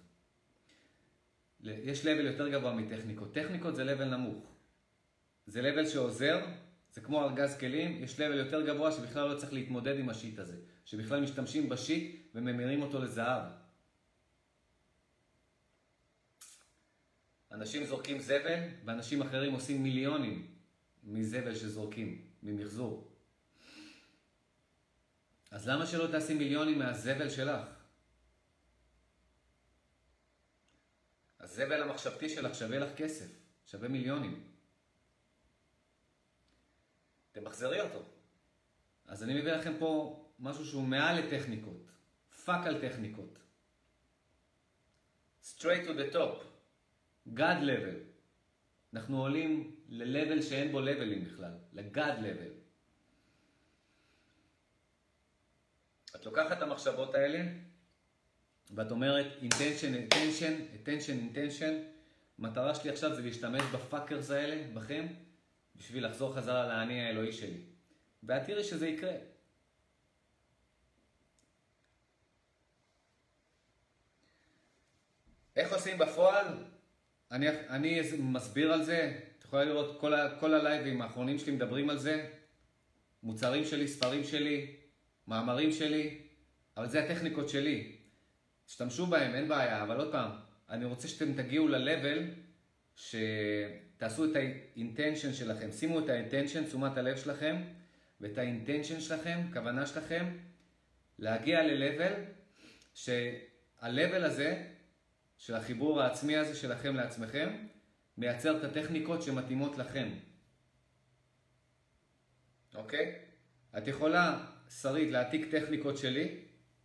יש level יותר גבוה מטכניקות. טכניקות זה level נמוך. זה level שעוזר. זה כמו ארגז כלים, יש לבל יותר גבוה שבכלל לא צריך להתמודד עם השיט הזה. שבכלל משתמשים בשיט וממירים אותו לזהב. אנשים זורקים זבל, ואנשים אחרים עושים מיליונים מזבל שזורקים, ממחזור. אז למה שלא תעשי מיליונים מהזבל שלך? הזבל המחשבתי שלך שווה לך כסף, שווה מיליונים. תמחזרי אותו. אז אני מביא לכם פה משהו שהוא מעל לטכניקות. פאק על טכניקות. Straight to the top. God level. אנחנו עולים ל-level שאין בו לבלים בכלל. ל-God level. את לוקחת את המחשבות האלה, ואת אומרת intention, attention, attention, intention. המטרה שלי עכשיו זה להשתמש בפאקרס האלה, בכם, בשביל לחזור חזרה לעני האלוהי שלי. ואת תראי שזה יקרה. איך עושים בפועל? אני, אני מסביר על זה. את יכולה לראות כל, ה, כל הלייבים האחרונים שלי מדברים על זה. מוצרים שלי, ספרים שלי, מאמרים שלי. אבל זה הטכניקות שלי. תשתמשו בהם, אין בעיה. אבל עוד פעם, אני רוצה שאתם תגיעו ל-level ש... תעשו את האינטנשן שלכם, שימו את האינטנשן, תשומת הלב שלכם, ואת האינטנשן שלכם, כוונה שלכם, להגיע ל-level, שה-level הזה, של החיבור העצמי הזה שלכם לעצמכם, מייצר את הטכניקות שמתאימות לכם. אוקיי? את יכולה, שרית, להעתיק טכניקות שלי,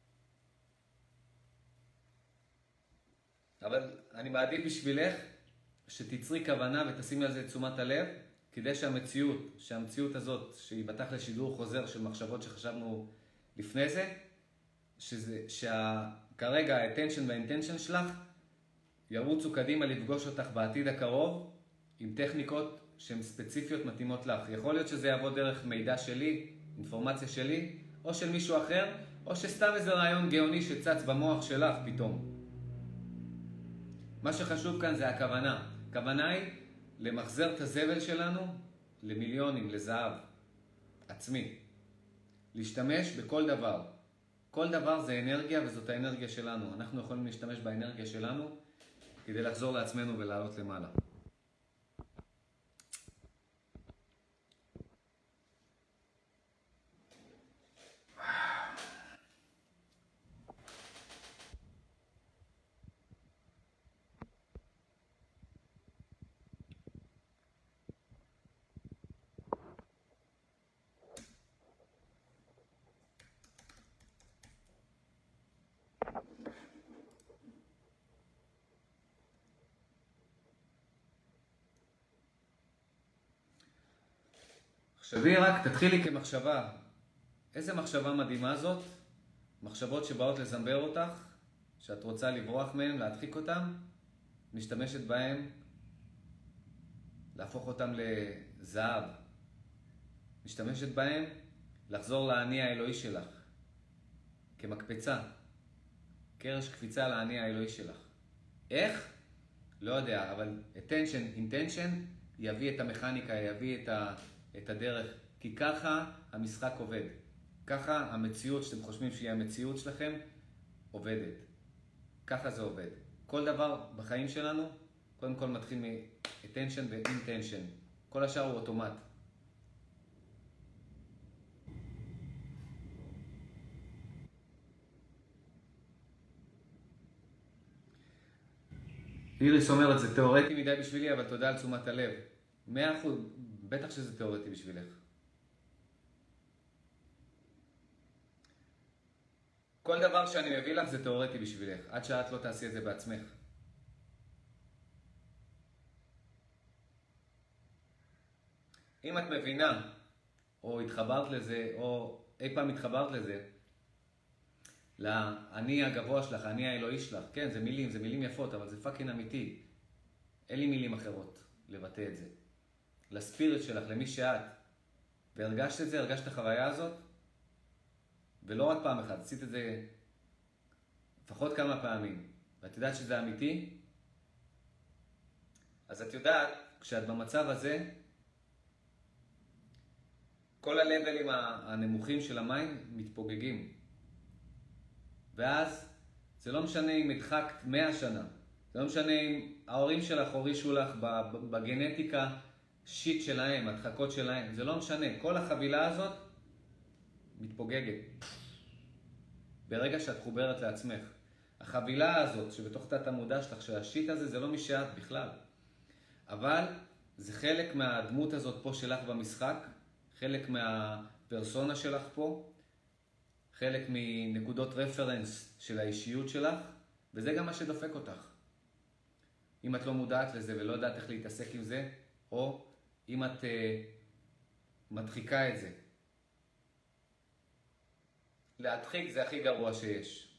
אבל אני מעדיף בשבילך, שתצרי כוונה ותשימי על זה את תשומת הלב, כדי שהמציאות, שהמציאות הזאת, שהיא בתך לשידור חוזר של מחשבות שחשבנו לפני זה, שזה, שכרגע ה-attention וה-intention שלך, ירוצו קדימה לפגוש אותך בעתיד הקרוב עם טכניקות שהן ספציפיות מתאימות לך. יכול להיות שזה יעבוד דרך מידע שלי, אינפורמציה שלי, או של מישהו אחר, או שסתם איזה רעיון גאוני שצץ במוח שלך פתאום. מה שחשוב כאן זה הכוונה. הכוונה היא למחזר את הזבל שלנו למיליונים, לזהב עצמי. להשתמש בכל דבר. כל דבר זה אנרגיה וזאת האנרגיה שלנו. אנחנו יכולים להשתמש באנרגיה שלנו כדי לחזור לעצמנו ולעלות למעלה. שבי רק, תתחילי כמחשבה. איזה מחשבה מדהימה זאת? מחשבות שבאות לזמבר אותך, שאת רוצה לברוח מהן, להדחיק אותן, משתמשת בהן, להפוך אותן לזהב. משתמשת בהן, לחזור לאני האלוהי שלך. כמקפצה. קרש קפיצה לאני האלוהי שלך. איך? לא יודע, אבל attention, intention, יביא את המכניקה, יביא את ה... את הדרך, כי ככה המשחק עובד. ככה המציאות שאתם חושבים שהיא המציאות שלכם עובדת. ככה זה עובד. כל דבר בחיים שלנו, קודם כל מתחיל מ-attention ו-intention. כל השאר הוא אוטומט. איריס אומרת, זה תיאורטי מדי בשבילי, אבל תודה על תשומת הלב. מאה אחוז. בטח שזה תיאורטי בשבילך. כל דבר שאני מביא לך זה תיאורטי בשבילך, עד שאת לא תעשי את זה בעצמך. אם את מבינה, או התחברת לזה, או אי פעם התחברת לזה, לאני הגבוה שלך, אני האלוהי שלך, כן, זה מילים, זה מילים יפות, אבל זה פאקינג אמיתי. אין לי מילים אחרות לבטא את זה. לספיריט שלך, למי שאת, והרגשת את זה, הרגשת את החוויה הזאת, ולא רק פעם אחת, עשית את זה לפחות כמה פעמים, ואת יודעת שזה אמיתי, אז את יודעת, כשאת במצב הזה, כל הלבלים הנמוכים של המים מתפוגגים. ואז זה לא משנה אם הדחקת מאה שנה, זה לא משנה אם ההורים שלך הורישו לך בגנטיקה, שיט שלהם, הדחקות שלהם, זה לא משנה. כל החבילה הזאת מתפוגגת. ברגע שאת חוברת לעצמך. החבילה הזאת שבתוך תת המודע שלך, שהשיט הזה זה לא מי שאת בכלל. אבל זה חלק מהדמות הזאת פה שלך במשחק, חלק מהפרסונה שלך פה, חלק מנקודות רפרנס של האישיות שלך, וזה גם מה שדופק אותך. אם את לא מודעת לזה ולא יודעת איך להתעסק עם זה, או אם את uh, מדחיקה את זה. להדחיק זה הכי גרוע שיש.